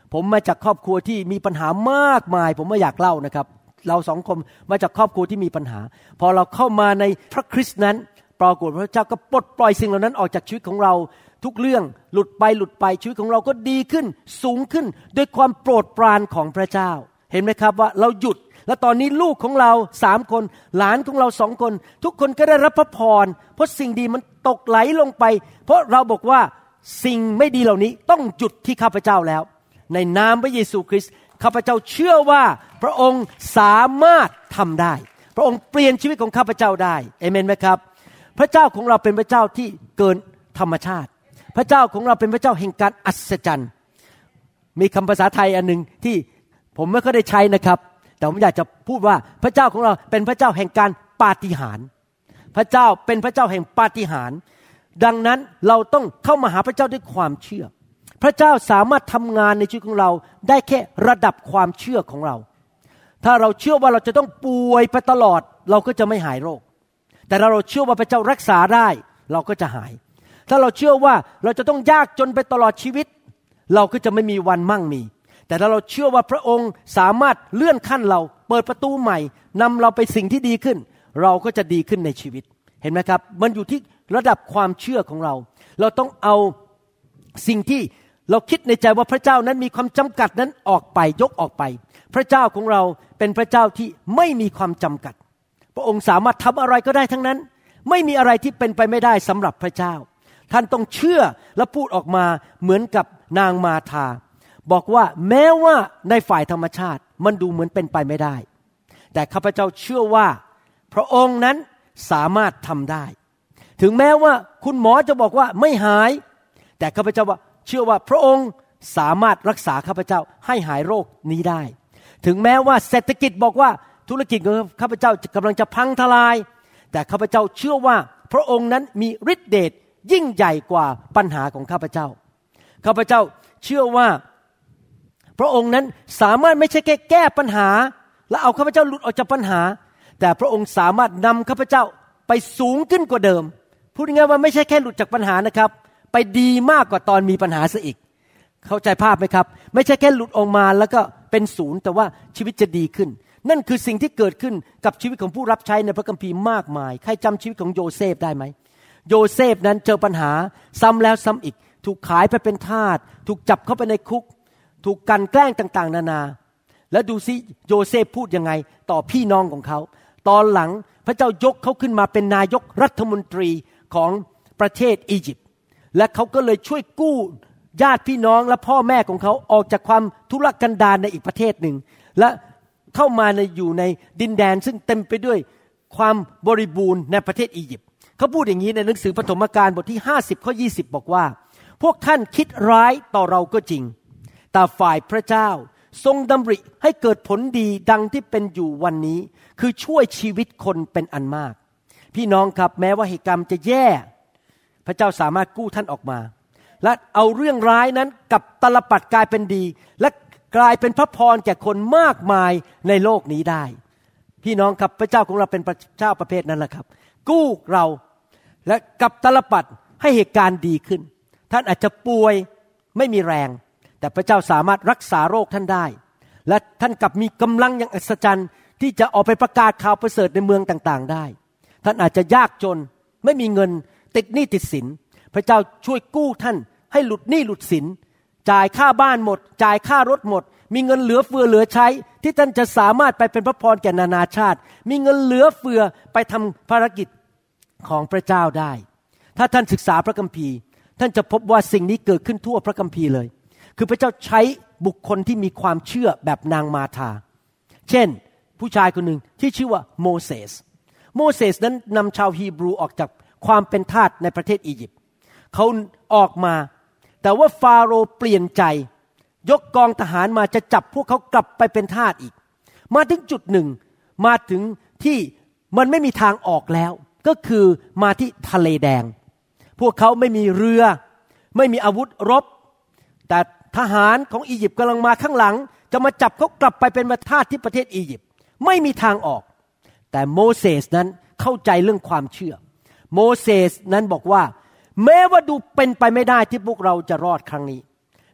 ผมมาจากครอบครัวที่มีปัญหามากมายผมไม่อยากเล่านะครับเราสองคนมาจากครอบครัวที่มีปัญหาพอเราเข้ามาในพระคริสต์นั้นปรากฏพระเจ้าก็ปลดปล่อยสิ่งเหล่านั้นออกจากชีวิตของเราทุกเรื่องหลุดไปชีวิตของเราก็ดีขึ้นสูงขึ้นด้วยความโปรดปรานของพระเจ้าเห็นไหมครับว่าเราหยุดและตอนนี้ลูกของเรา3คนหลานของเรา2คนทุกคนก็ได้รับพระพรเพราะสิ่งดีมันตกไหลลงไปเพราะเราบอกว่าสิ่งไม่ดีเหล่านี้ต้องหยุดที่ข้าพเจ้าแล้วในนามพระเยซูคริสต์ข้าพเจ้าเชื่อว่าพระองค์สามารถทำได้พระองค์เปลี่ยนชีวิตของข้าพเจ้าได้เอเมนไหมครับพระเจ้าของเราเป็นพระเจ้าที่เกินธรรมชาติพระเจ้าของเราเป็นพระเจ้าแห่งการอัศจรรย์มีคำภาษาไทยอันนึงที่ผมไม่ค่อยได้ใช้นะครับแต่ผมอยากจะพูดว่าพระเจ้าของเราเป็นพระเจ้าแห่งการปาฏิหาริย์พระเจ้าเป็นพระเจ้าแห่งปาฏิหาริย์ดังนั้นเราต้องเข้ามาหาพระเจ้าด้วยความเชื่อพระเจ้าสามารถทำงานในชีวิตของเราได้แค่ระดับความเชื่อของเราถ้าเราเชื่อว่าเราจะต้องป่วยไปตลอดเราก็จะไม่หายโรคแต่เราเชื่อว่าพระเจ้ารักษาได้เราก็จะหายถ้าเราเชื่อว่าเราจะต้องยากจนไปตลอดชีวิตเราก็จะไม่มีวันมั่งมีแต่ถ้าเราเชื่อว่าพระองค์สามารถเลื่อนขั้นเราเปิดประตูใหม่นำเราไปสิ่งที่ดีขึ้นเราก็จะดีขึ้นในชีวิตเห็นไหมครับมันอยู่ที่ระดับความเชื่อของเราเราต้องเอาสิ่งที่เราคิดในใจว่าพระเจ้านั้นมีความจำกัดนั้นออกไปยกออกไปพระเจ้าของเราเป็นพระเจ้าที่ไม่มีความจำกัดพระองค์สามารถทำอะไรก็ได้ทั้งนั้นไม่มีอะไรที่เป็นไปไม่ได้สำหรับพระเจ้าท่านต้องเชื่อและพูดออกมาเหมือนกับนางมาธาบอกว่าแม้ว่าในฝ่ายธรรมชาติมันดูเหมือนเป็นไปไม่ได้แต่ข้าพเจ้าเชื่อว่าพระองค์นั้นสามารถทำได้ถึงแม้ว่าคุณหมอจะบอกว่าไม่หายแต่ข้าพเจ้าเชื่อว่าพระองค์สามารถรักษาข้าพเจ้าให้หายโรคนี้ได้ถึงแม้ว่าเศรษฐกิจบอกว่าธุรกิจของข้าพเจ้ากำลังจะพังทลายแต่ข้าพเจ้าเชื่อว่าพระองค์นั้นมีฤทธิ์เดชยิ่งใหญ่กว่าปัญหาของข้าพเจ้าข้าพเจ้าเชื่อว่าพระองค์นั้นสามารถไม่ใช่แค่แก้ปัญหาและเอาข้าพเจ้าหลุดออกจากปัญหาแต่พระองค์สามารถนำข้าพเจ้าไปสูงขึ้นกว่าเดิมพูดง่ายๆว่าไม่ใช่แค่หลุดจากปัญหานะครับไปดีมากกว่าตอนมีปัญหาซะอีกเข้าใจภาพไหมครับไม่ใช่แค่หลุดออกมาแล้วก็เป็นศูนย์แต่ว่าชีวิตจะดีขึ้นนั่นคือสิ่งที่เกิดขึ้นกับชีวิตของผู้รับใช้ในพระคัมภีร์มากมายใครจำชีวิตของโยเซฟได้ไหมโยเซฟนั้นเจอปัญหาซ้ำแล้วซ้ำอีกถูกขายไปเป็นทาสถูกจับเข้าไปในคุกถูกกันแกล้งต่างๆนานาแล้วดูซิโยเซฟพูดยังไงต่อพี่น้องของเขาตอนหลังพระเจ้ายกเขาขึ้นมาเป็นนายกรัฐมนตรีของประเทศอียิปต์และเขาก็เลยช่วยกู้ญาติพี่น้องและพ่อแม่ของเขาออกจากความทุรกันดารในอีกประเทศหนึ่งและเข้ามาอยู่ในดินแดนซึ่งเต็มไปด้วยความบริบูรณ์ในประเทศอียิปต์เขาพูดอย่างนี้ในหนังสือปฐมกาลบทที่50ข้อ20บอกว่าพวกท่านคิดร้ายต่อเราก็จริงแต่ฝ่ายพระเจ้าทรงดำริให้เกิดผลดีดังที่เป็นอยู่วันนี้คือช่วยชีวิตคนเป็นอันมากพี่น้องครับแม้ว่าเหตุการณ์จะแย่พระเจ้าสามารถกู้ท่านออกมาและเอาเรื่องร้ายนั้นกับตลปัดกลายเป็นดีและกลายเป็นพระพรแก่คนมากมายในโลกนี้ได้พี่น้องครับพระเจ้าของเราเป็นพระเจ้าประเภทนั้นแหละครับกู้เราและกับตลปัดให้เหตุการณ์ดีขึ้นท่านอาจจะป่วยไม่มีแรงแต่พระเจ้าสามารถรักษาโรคท่านได้และท่านกลับมีกำลังอย่างอัศจรรย์ที่จะออกไปประกาศข่าวประเสริฐในเมืองต่างๆได้ท่านอาจจะยากจนไม่มีเงินติดหนี้ติดสินพระเจ้าช่วยกู้ท่านให้หลุดหนี้หลุดสินจ่ายค่าบ้านหมดจ่ายค่ารถหมดมีเงินเหลือเฟือเหลือใช้ที่ท่านจะสามารถไปเป็นพระพรแก่นานาชาติมีเงินเหลือเฟือไปทำภารกิจของพระเจ้าได้ถ้าท่านศึกษาพระคัมภีร์ท่านจะพบว่าสิ่งนี้เกิดขึ้นทั่วพระคัมภีร์เลยคือพระเจ้าใช้บุคคลที่มีความเชื่อแบบนางมาธาเช่นผู้ชายคนหนึ่งที่ชื่อว่าโมเสสนั้นนำชาวฮีบรูออกจากความเป็นทาสในประเทศอียิปต์เขาออกมาแต่ว่าฟาโรห์เปลี่ยนใจยกกองทหารมาจะจับพวกเขากลับไปเป็นทาสอีกมาถึงจุดหนึ่งมาถึงที่มันไม่มีทางออกแล้วก็คือมาที่ทะเลแดงพวกเขาไม่มีเรือไม่มีอาวุธรบแต่ทหารของอียิปต์กำลังมาข้างหลังจะมาจับเขากลับไปเป็นทาสที่ประเทศอียิปต์ไม่มีทางออกแต่โมเสสนั้นเข้าใจเรื่องความเชื่อโมเสสนั้นบอกว่าแม้ว่าดูเป็นไปไม่ได้ที่พวกเราจะรอดครั้งนี้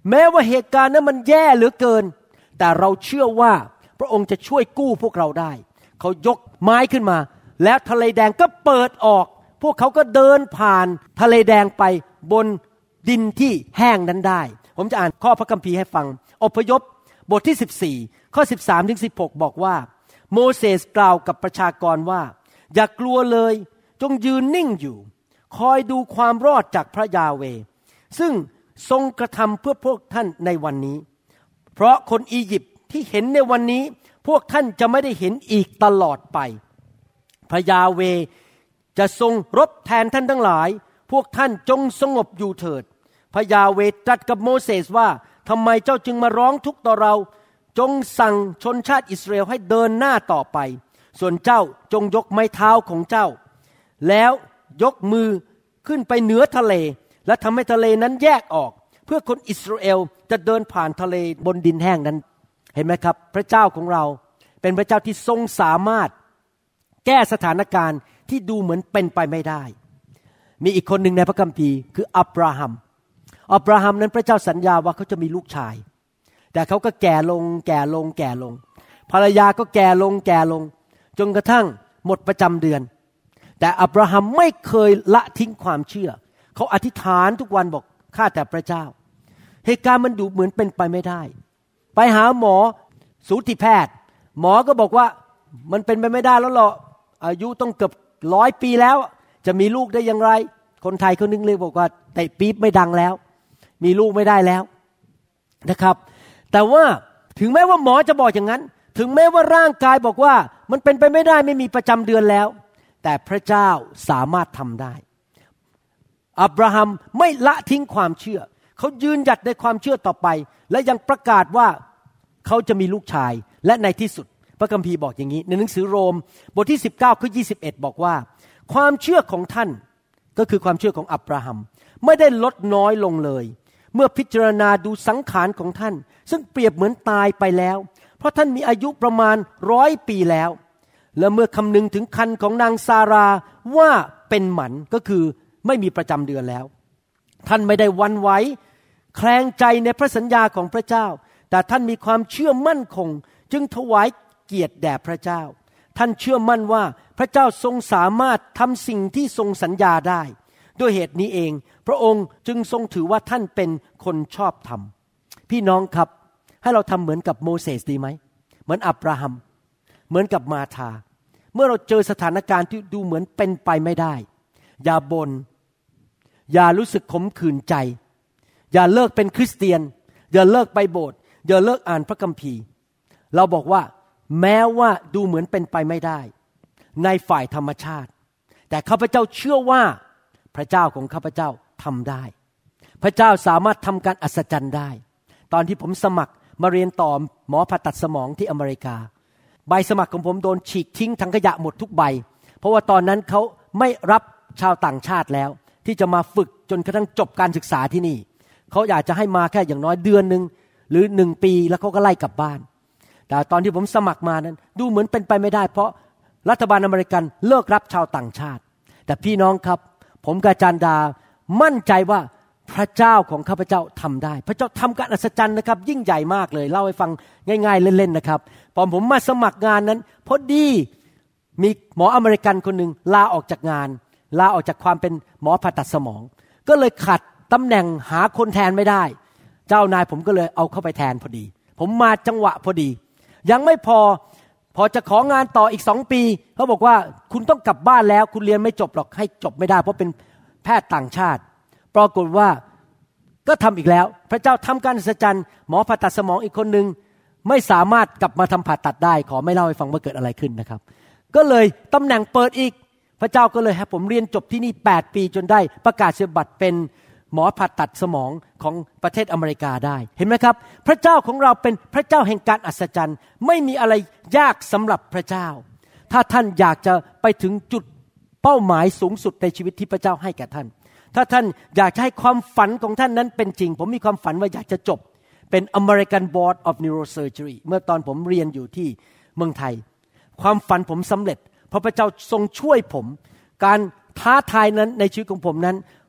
แม้ว่าเหตุการณ์นั้นมันแย่เหลือเกินแต่เราเชื่อว่าพระองค์จะช่วยกู้พวกเราได้เขายกไม้ขึ้นมาแล้วทะเลแดงก็เปิดออกพวกเขาก็เดินผ่านทะเลแดงไปบนดินที่แห้งนั้นได้ผมจะอ่านข้อพระคัมภีร์ให้ฟังอพยพบทที่14ข้อ13ถึง16บอกว่าโมเสสกล่าวกับประชากรว่าอย่ากลัวเลยจงยืนนิ่งอยู่คอยดูความรอดจากพระยาเวห์ซึ่งทรงกระทำเพื่อพวกท่านในวันนี้เพราะคนอียิปต์ที่เห็นในวันนี้พวกท่านจะไม่ได้เห็นอีกตลอดไปพระยาเวห์จะทรงรบแทนท่านทั้งหลายพวกท่านจงสงบอยู่เถิดพระยาเวห์ตรัสกับโมเสสว่าทำไมเจ้าจึงมาร้องทุกข์ต่อเราจงสั่งชนชาติอิสราเอลให้เดินหน้าต่อไปส่วนเจ้าจงยกไม้เท้าของเจ้าแล้วยกมือขึ้นไปเหนือทะเลและทำให้ทะเลนั้นแยกออกเพื่อคนอิสราเอลจะเดินผ่านทะเลบนดินแห้งนั้นเห็นไหมครับพระเจ้าของเราเป็นพระเจ้าที่ทรงสามารถแก้สถานการณ์ที่ดูเหมือนเป็นไปไม่ได้มีอีกคนหนึ่งในพระคัมภีร์คืออับราฮัมนั้นพระเจ้าสัญญาว่าเขาจะมีลูกชายแต่เขาก็แก่ลงภรรยาก็แก่ลงจนกระทั่งหมดประจำเดือนแต่อับราฮัมไม่เคยละทิ้งความเชื่อเขาอธิษฐานทุกวันบอกข้าแต่พระเจ้าเหตุการณ์มันดูเหมือนเป็นไปไม่ได้ไปหาหมอสูติแพทย์หมอก็บอกว่ามันเป็นไปไม่ได้แล้วหรอกอายุต้องเกือบ100 ปีแล้วจะมีลูกได้อย่างไรคนไทยเขานึกเลยบอกว่าแต่ปี๊บไม่ดังแล้วมีลูกไม่ได้แล้วนะครับแต่ว่าถึงแม้ว่าหมอจะบอกอย่างนั้นถึงแม้ว่าร่างกายบอกว่ามันเป็นไปไม่ได้ไม่มีประจำเดือนแล้วแต่พระเจ้าสามารถทำได้อับราฮัมไม่ละทิ้งความเชื่อเขายืนหยัดในความเชื่อต่อไปและยังประกาศว่าเขาจะมีลูกชายและในที่สุดพระคัมภีร์บอกอย่างนี้ในหนังสือโรมบทที่19ข้อ21บอกว่าความเชื่อของท่านก็คือความเชื่อของอับราฮัมไม่ได้ลดน้อยลงเลยเมื่อพิจารณาดูสังขารของท่านซึ่งเปรียบเหมือนตายไปแล้วเพราะท่านมีอายุประมาณ100 ปีแล้วและเมื่อคำนึงถึงครรภ์ของนางซาราว่าเป็นหมันก็คือไม่มีประจำเดือนแล้วท่านไม่ได้หวั่นไหวแคลงใจในพระสัญญาของพระเจ้าแต่ท่านมีความเชื่อมั่นคงจึงถวายเกียรติแด่พระเจ้าท่านเชื่อมั่นว่าพระเจ้าทรงสามารถทำสิ่งที่ทรงสัญญาได้ด้วยเหตุนี้เองพระองค์จึงทรงถือว่าท่านเป็นคนชอบธรรมพี่น้องครับให้เราทำเหมือนกับโมเสสดีไหมเหมือนอับราฮัมเหมือนกับมาธาเมื่อเราเจอสถานการณ์ที่ดูเหมือนเป็นไปไม่ได้อย่าบ่นอย่ารู้สึกขมขื่นใจอย่าเลิกเป็นคริสเตียนอย่าเลิกไปโบสถ์อย่าเลิกอ่านพระคัมภีร์เราบอกว่าแม้ว่าดูเหมือนเป็นไปไม่ได้ในฝ่ายธรรมชาติแต่ข้าพเจ้าเชื่อว่าพระเจ้าของข้าพเจ้าทำได้พระเจ้าสามารถทำการอัศจรรย์ได้ตอนที่ผมสมัครมาเรียนต่อหมอผ่าตัดสมองที่อเมริกาใบสมัครของผมโดนฉีกทิ้งถังขยะหมดทุกใบเพราะว่าตอนนั้นเขาไม่รับชาวต่างชาติแล้วที่จะมาฝึกจนกระทั่งจบการศึกษาที่นี่เขาอยากจะให้มาแค่อย่างน้อยเดือนนึงหรือ1 ปีแล้วเขาก็ไล่กลับบ้านแต่ตอนที่ผมสมัครมานั้นดูเหมือนเป็นไปไม่ได้เพราะรัฐบาลอเมริกันเลิกรับชาวต่างชาติแต่พี่น้องครับผมกับอาจารย์ดามั่นใจว่าพระเจ้าของข้าพเจ้าทำได้พระเจ้าทำการอัศจรรย์นะครับยิ่งใหญ่มากเลยเล่าให้ฟังง่ายๆเล่นๆนะครับพอผมมาสมัครงานนั้นพอดีมีหมออเมริกันคนหนึ่งลาออกจากงานลาออกจากความเป็นหมอผ่าตัดสมองก็เลยขัดตำแหน่งหาคนแทนไม่ได้เจ้านายผมก็เลยเอาเข้าไปแทนพอดีผมมาจังหวะพอดียังไม่พอจะของานต่ออีก2 ปีเขาบอกว่าคุณต้องกลับบ้านแล้วคุณเรียนไม่จบหรอกให้จบไม่ได้เพราะเป็นแพทย์ต่างชาติปรากฏว่าก็ทำอีกแล้วพระเจ้าทำการอัศจรรย์หมอผ่าตัดสมองอีกคนนึงไม่สามารถกลับมาทำผ่าตัดได้ขอไม่เล่าให้ฟังว่าเกิดอะไรขึ้นนะครับก็เลยตำแหน่งเปิดอีกพระเจ้าก็เลยให้ผมเรียนจบที่นี่8 ปีจนได้ประกาศนียบัตรเป็นหมอผ่าตัดสมองของประเทศอเมริกาได้เห็นไหมครับพระเจ้าของเราเป็นพระเจ้าแห่งการอัศจรรย์ไม่มีอะไรยากสำหรับพระเจ้าถ้าท่านอยากจะไปถึงจุดเป้าหมายสูงสุดในชีวิตที่พระเจ้าให้แก่ท่านถ้าท่านอยากจะให้ความฝันของท่านนั้นเป็นจริงผมมีความฝันว่าอยากจะจบเป็น American Board of Neurosurgery เมื่อตอนผมเรียนอยู่ที่เมืองไทยความฝันผมสำเร็จเพราะพระเจ้าทรงช่วยผมการท้าทายนั้นในชีวิตของผมนั้น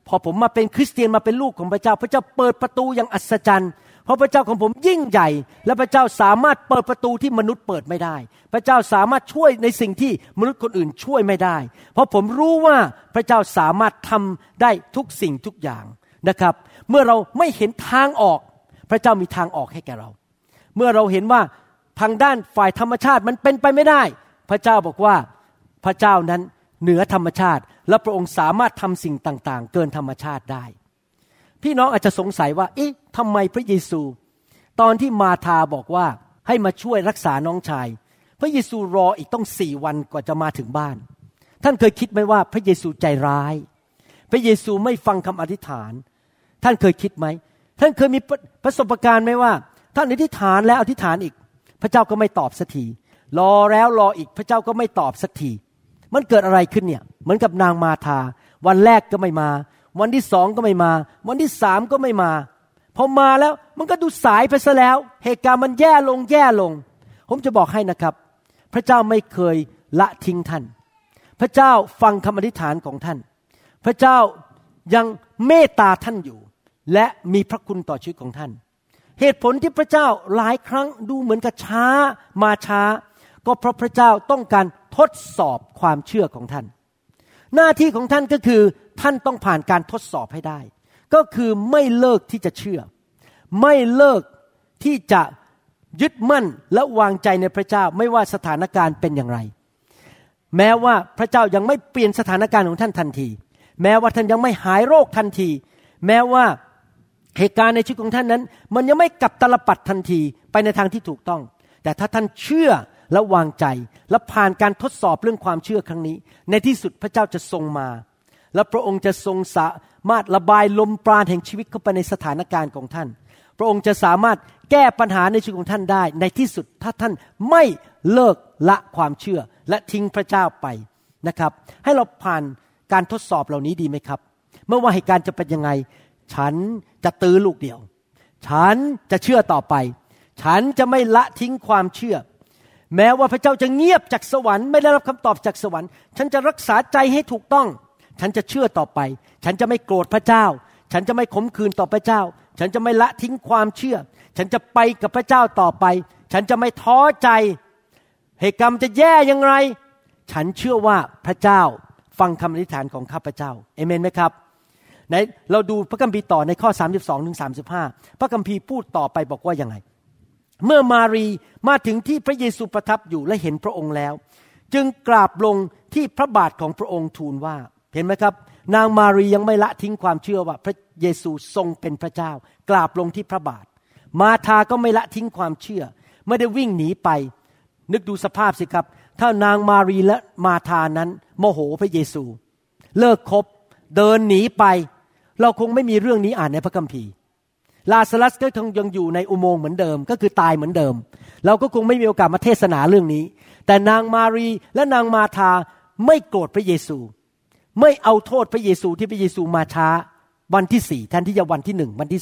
พอผมมาเป็นคริสเตียนมาเป็นลูกของพระเจ้าพระเจ้าเปิดประตูอย่างอัศจรรย์เพราะพระเจ้าของผมยิ่งใหญ่และพระเจ้าสามารถเปิดประตูที่มนุษย์เปิดไม่ได้พระเจ้าสามารถช่วยในสิ่งที่มนุษย์คนอื่นช่วยไม่ได้เพราะผมรู้ว่าพระเจ้าสามารถทำได้ทุกสิ่งทุกอย่างนะครับเมื่อเราไม่เห็นทางออกพระเจ้ามีทางออกให้แก่เราเมื่อเราเห็นว่าทางด้านฝ่ายธรรมชาติมันเป็นไปไม่ได้พระเจ้าบอกว่าพระเจ้านั้นเหนือธรรมชาติและพระองค์สามารถทำสิ่งต่างๆเกินธรรมชาติได้พี่น้องอาจจะสงสัยว่าทำไมพระเยซูตอนที่มาธาบอกว่าให้มาช่วยรักษาน้องชายพระเยซูรออีกต้อง4 วันกว่าจะมาถึงบ้านท่านเคยคิดไหมว่าพระเยซูใจร้ายพระเยซูไม่ฟังคำอธิษฐานท่านเคยคิดไหมท่านเคยมีประสบการณ์ไหมว่าท่านอธิษฐานแล้วอธิษฐานอีกพระเจ้าก็ไม่ตอบสักทีรอแล้วรออีกพระเจ้าก็ไม่ตอบสักทีมันเกิดอะไรขึ้นเนี่ยเหมือนกับนางมาธาวันแรกก็ไม่มาวันที่2ก็ไม่มาวันที่3ก็ไม่มาพอมาแล้วมันก็ดูสายไปซะแล้วเหตุการณ์มันแย่ลงผมจะบอกให้นะครับพระเจ้าไม่เคยละทิ้งท่านพระเจ้าฟังคำอธิษฐานของท่านพระเจ้ายังเมตตาท่านอยู่และมีพระคุณต่อชีวิตของท่านเหตุผลที่พระเจ้าหลายครั้งดูเหมือนกับช้ามาช้าก็เพราะพระเจ้าต้องการทดสอบความเชื่อของท่านหน้าที่ของท่านก็คือท่านต้องผ่านการทดสอบให้ได้ก็คือไม่เลิกที่จะเชื่อไม่เลิกที่จะยึดมั่นและวางใจในพระเจ้าไม่ว่าสถานการณ์เป็นอย่างไรแม้ว่าพระเจ้ายังไม่เปลี่ยนสถานการณ์ของท่านทันทีแม้ว่าท่านยังไม่หายโรคทันทีแม้ว่าเหตุการณ์ในชีวิตของท่านนั้นมันยังไม่กลับตลปัดทันทีไปในทางที่ถูกต้องแต่ถ้าท่านเชื่อและวางใจและผ่านการทดสอบเรื่องความเชื่อครั้งนี้ในที่สุดพระเจ้าจะทรงมาและพระองค์จะทรงสามารถระบายลมปราณแห่งชีวิตเข้าไปในสถานการณ์ของท่านพระองค์จะสามารถแก้ปัญหาในชีวิตของท่านได้ในที่สุดถ้าท่านไม่เลิกละความเชื่อและทิ้งพระเจ้าไปนะครับให้เราผ่านการทดสอบเหล่านี้ดีไหมครับเมื่อว่าเหตุการณ์จะเป็นยังไงฉันจะตื้อลูกเดียวฉันจะเชื่อต่อไปฉันจะไม่ละทิ้งความเชื่อแม้ว่าพระเจ้าจะเงียบจากสวรรค์ไม่ได้รับคำตอบจากสวรรค์ฉันจะรักษาใจให้ถูกต้องฉันจะเชื่อต่อไปฉันจะไม่โกรธพระเจ้าฉันจะไม่ขมขื่นต่อพระเจ้าฉันจะไม่ละทิ้งความเชื่อฉันจะไปกับพระเจ้าต่อไปฉันจะไม่ท้อใจเหตุการณ์จะแย่อย่างไรฉันเชื่อว่าพระเจ้าฟังคำอธิษฐานของข้าพเจ้าเอเมนไหมครับไหนเราดูพระคัมภีร์ต่อในข้อ32ถึง35พระคัมภีร์พูดต่อไปบอกว่ายังไงเมื่อมารีมาถึงที่พระเยซูประทับอยู่และเห็นพระองค์แล้วจึงกราบลงที่พระบาทของพระองค์ทูลว่าเห็นไหมครับนางมารียังไม่ละทิ้งความเชื่อว่าพระเยซูทรงเป็นพระเจ้ากราบลงที่พระบาทมาธาก็ไม่ละทิ้งความเชื่อไม่ได้วิ่งหนีไปนึกดูสภาพสิครับถ้านางมารีและมาธานั้นโมโหพระเยซูเลิกคบเดินหนีไปเราคงไม่มีเรื่องนี้อ่านในพระคัมภีร์ลาซารัสก็ยังอยู่ในอุโมงค์เหมือนเดิมก็คือตายเหมือนเดิมเราก็คงไม่มีโอกาสมาเทศนาเรื่องนี้แต่นางมารีและนางมาธาไม่โกรธพระเยซูไม่เอาโทษพระเยซูที่พระเยซูมาช้าวันที่4แทนที่จะวันที่1วันที่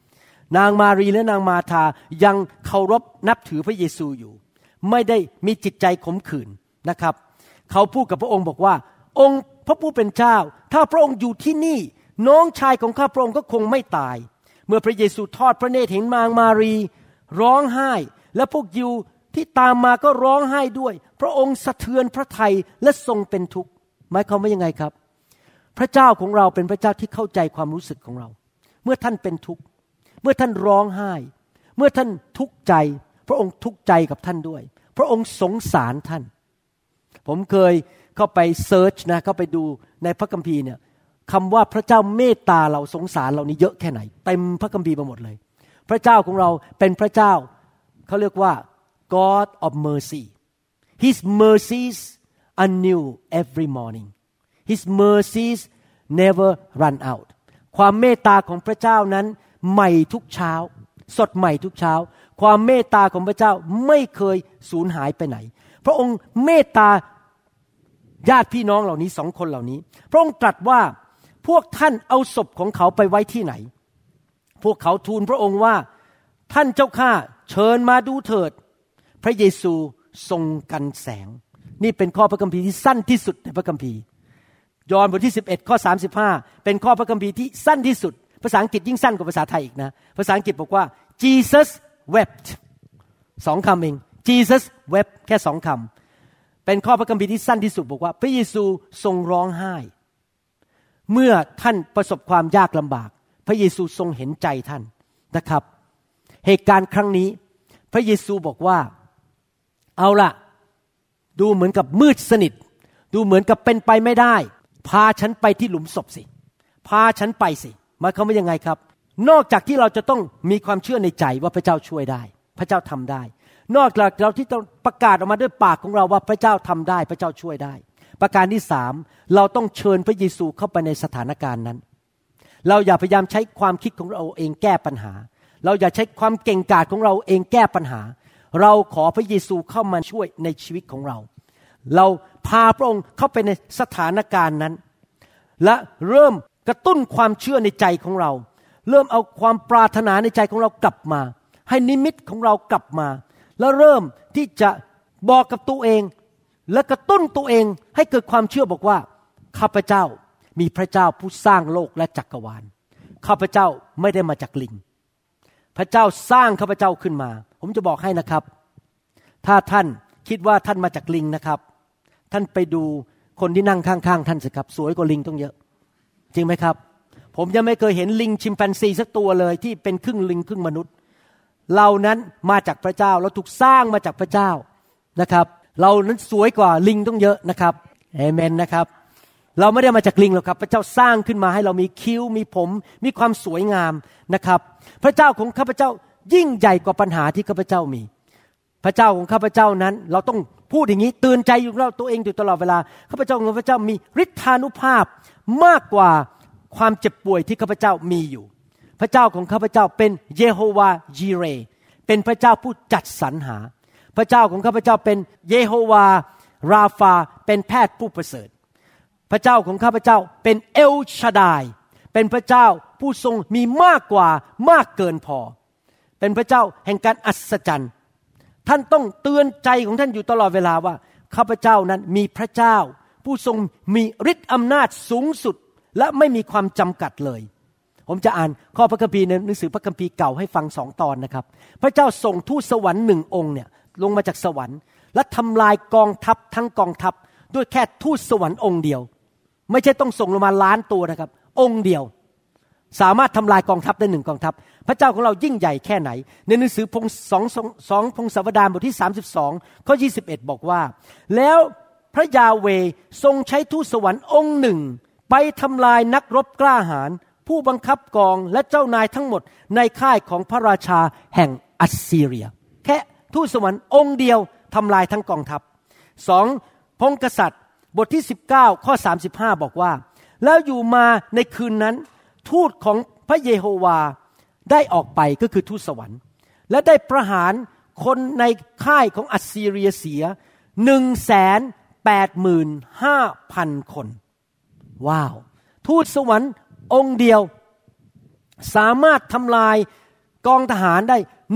2นางมารีและนางมาธายังเคารพนับถือพระเยซูอยู่ไม่ได้มีจิตใจขมขื่นนะครับเขาพูดกับพระองค์บอกว่าองค์พระผู้เป็นเจ้าถ้าพระองค์อยู่ที่นี่น้องชายของข้าพระองค์ก็คงไม่ตายเมื่อพระเยซูทอดพระเนตรเห็นนางมารีร้องไห้และพวกยิวที่ตามมาก็ร้องไห้ด้วยพระองค์สะเทือนพระทัยและทรงเป็นทุกข์หมายความว่ายังไงครับพระเจ้าของเราเป็นพระเจ้าที่เข้าใจความรู้สึกของเราเมื่อท่านเป็นทุกข์เมื่อท่านร้องไห้เมื่อท่านทุกข์ใจพระองค์ทุกข์ใจกับท่านด้วยพระองค์สงสารท่านผมเคยเข้าไปเซิร์ชนะเข้าไปดูในพระคัมภีร์เนี่ยคำว่าพระเจ้าเมตตาเราสงสารเรานี่เยอะแค่ไหนเต็มพระคัมภีร์ไปหมดเลยพระเจ้าของเราเป็นพระเจ้าเขาเรียกว่า God of mercy His mercies are new every morning His mercies never run out ความเมตตาของพระเจ้านั้นใหม่ทุกเช้าสดใหม่ทุกเช้าความเมตตาของพระเจ้าไม่เคยสูญหายไปไหนพระองค์เมตตาญาติพี่น้องเหล่านี้2คนเหล่านี้พระองค์ตรัสว่าพวกท่านเอาศพของเขาไปไว้ที่ไหนพวกเขาทูลพระองค์ว่าท่านเจ้าข้าเชิญมาดูเถิดพระเยซูทรงกันแสงนี่เป็นข้อพระคัมภีร์ที่สั้นที่สุดในพระคัมภีร์ยอห์นบทที่11ข้อ35เป็นข้อพระคัมภีร์ที่สั้นที่สุดภาษาอังกฤษยิ่งสั้นกว่าภาษาไทยอีกนะภาษาอังกฤษบอกว่า Jesus wept 2 คำเอง Jesus wept แค่2 คำเป็นข้อพระคัมภีร์ที่สั้นที่สุดบอกว่าพระเยซูทรงร้องไห้เมื่อท่านประสบความยากลำบากพระเยซูทรงเห็นใจท่านนะครับเหตุการณ์ครั้งนี้พระเยซูบอกว่าเอาล่ะดูเหมือนกับมืดสนิทดูเหมือนกับเป็นไปไม่ได้พาฉันไปที่หลุมศพสิพาฉันไปสิหมายความว่ายังไงครับนอกจากที่เราจะต้องมีความเชื่อในใจว่าพระเจ้าช่วยได้พระเจ้าทำได้นอกจากเราที่ต้องประกาศออกมาด้วยปากของเราว่าพระเจ้าทำได้พระเจ้าช่วยได้ประการที่3เราต้องเชิญพระเยซูเข้าไปในสถานการณ์นั้นเราอย่าพยายามใช้ความคิดของเราเองแก้ปัญหาเราอย่าใช้ความเก่งกาจของเราเองแก้ปัญหาเราขอพระเยซูเข้ามาช่วยในชีวิตของเราเราพาพระองค์เข้าไปในสถานการณ์นั้นและเริ่มกระตุ้นความเชื่อในใจของเราเริ่มเอาความปรารถนาในใจของเรากลับมาให้นิมิตของเรากลับมาแล้วเริ่มที่จะบอกกับตัวเองและกระตุ้นตัวเองให้เกิดความเชื่อบอกว่าข้าพเจ้ามีพระเจ้าผู้สร้างโลกและจักรวาลข้าพเจ้าไม่ได้มาจากลิงพระเจ้าสร้างข้าพเจ้าขึ้นมาผมจะบอกให้นะครับถ้าท่านคิดว่าท่านมาจากลิงนะครับท่านไปดูคนที่นั่งข้างๆท่านสิครับสวยกว่าลิงต้องเยอะจริงไหมครับผมยังไม่เคยเห็นลิงชิมแปนซีสักตัวเลยที่เป็นครึ่งลิงครึ่งมนุษย์เรานั้นมาจากพระเจ้าเราถูกสร้างมาจากพระเจ้านะครับเรานั้นสวยกว่าลิงต้องเยอะนะครับเอเมนนะครับเราไม่ได้มาจากลิงหรอกครับพระเจ้าสร้างขึ้นมาให้เรามีคิ้วมีผมมีความสวยงามนะครับพระเจ้าของข้าพเจ้ายิ่งใหญ่กว่าปัญหาที่ข้าพเจ้ามีพระเจ้าของข้าพเจ้านั้นเราต้องพูดอย่างนี้เตือนใจอยู่เราตัวเองอยู่ตลอดเวลาข้าพเจ้าของข้าพเจ้ามีฤทธานุภาพมากกว่าความเจ็บป่วยที่ข้าพเจ้ามีอยู่พระเจ้าของข้าพเจ้าเป็นเยโฮวาจีเรเป็นพระเจ้าผู้จัดสรรหาพระเจ้าของข้าพเจ้าเป็นเยโฮวาราฟาเป็นแพทย์ผู้ประเสริฐพระเจ้าของข้าพเจ้าเป็นเอลชาดายเป็นพระเจ้าผู้ทรงมีมากกว่ามากเกินพอเป็นพระเจ้าแห่งการอัศจรรย์ท่านต้องเตือนใจของท่านอยู่ตลอดเวลาว่าข้าพเจ้านั้นมีพระเจ้าผู้ทรงมีฤทธิ์อำนาจสูงสุดและไม่มีความจำกัดเลยผมจะอ่านข้อพระคัมภีร์ในหนังสือพระคัมภีร์เก่าให้ฟัง2 ตอนนะครับพระเจ้าส่งทูตสวรรค์1 องค์เนี่ยลงมาจากสวรรค์และทำลายกองทัพทั้งกองทัพด้วยแค่ทูตสวรรค์องค์เดียวไม่ใช่ต้องส่งลงมาล้านตัวนะครับองค์เดียวสามารถทำลายกองทัพได้1 กองทัพพระเจ้าของเรายิ่งใหญ่แค่ไหนในหนังสือ2 พงศาวดารบทที่32ข้อ21บอกว่าแล้วพระยาเวห์ทรงใช้ทูตสวรรค์องค์หนึ่งไปทำลายนักรบกล้าหาญผู้บังคับกองและเจ้านายทั้งหมดในค่ายของพระราชาแห่งอัสซีเรียแค่ทูตสวรรค์องค์เดียวทำลายทั้งกองทัพ2 พงศ์กษัตริย์บทที่19ข้อ35บอกว่าแล้วอยู่มาในคืนนั้นทูตของพระเยโฮวาได้ออกไปก็คือทูตสวรรค์และได้ประหารคนในค่ายของอัสซีเรียเสีย 185,000 คนว้าวทูตสวรรค์องค์เดียวสามารถทำลายกองทหารได้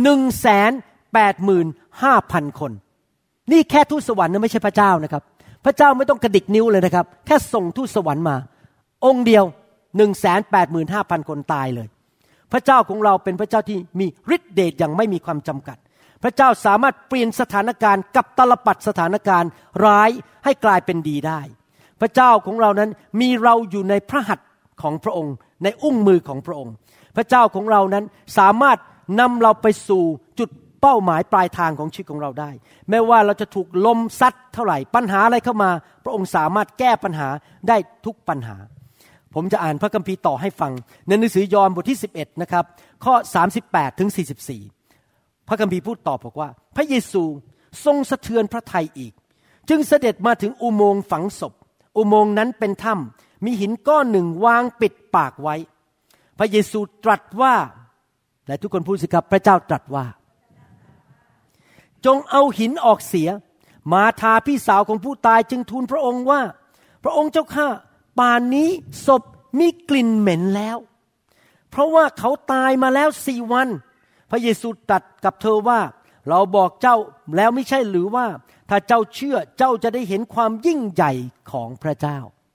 185,000 คนนี่แค่ทูตสวรรค์นะไม่ใช่พระเจ้านะครับพระเจ้าไม่ต้องกระดิกนิ้วเลยนะครับแค่ส่งทูตสวรรค์มาองค์เดียว 185,000 คนตายเลยพระเจ้าของเราเป็นพระเจ้าที่มีฤทธิ์เดชอย่างไม่มีความจำกัดพระเจ้าสามารถเปลี่ยนสถานการณ์กับตลปัดสถานการณ์ร้ายให้กลายเป็นดีได้พระเจ้าของเรานั้นมีเราอยู่ในพระหัตถ์ของพระองค์ในอุ้งมือของพระองค์พระเจ้าของเรานั้นสามารถนำเราไปสู่จุดเป้าหมายปลายทางของชีวิตของเราได้ไม่ว่าเราจะถูกลมซัดเท่าไหร่ปัญหาอะไรเข้ามาพระองค์สามารถแก้ปัญหาได้ทุกปัญหาผมจะอ่านพระคัมภีร์ต่อให้ฟังในหนังสือยอห์นบทที่11นะครับข้อ38ถึง44พระคัมภีร์พูดต่อบอกว่าพระเยซูทรงสะเทือนพระทัยอีกจึงเสด็จมาถึงอุโมงค์ฝังศพอุโมงค์นั้นเป็นถ้ำมีหินก้อนหนึ่งวางปิดปากไว้พระเยซูตรัสว่าและทุกคนพูดสิครับพระเจ้าตรัสว่าจงเอาหินออกเสียมาธาพี่สาวของผู้ตายจึงทูลพระองค์ว่าพระองค์เจ้าข้าป่านนี้ศพมีกลิ่นเหม็นแล้วเพราะว่าเขาตายมาแล้ว4 วันพระเยซูตรัสกับเธอว่าเราบอกเจ้าแล้วไม่ใช่หรือว่าถ้าเจ้าเชื่อเจ้าจะได้เห็นความยิ่งใหญ่ของพระเจ้า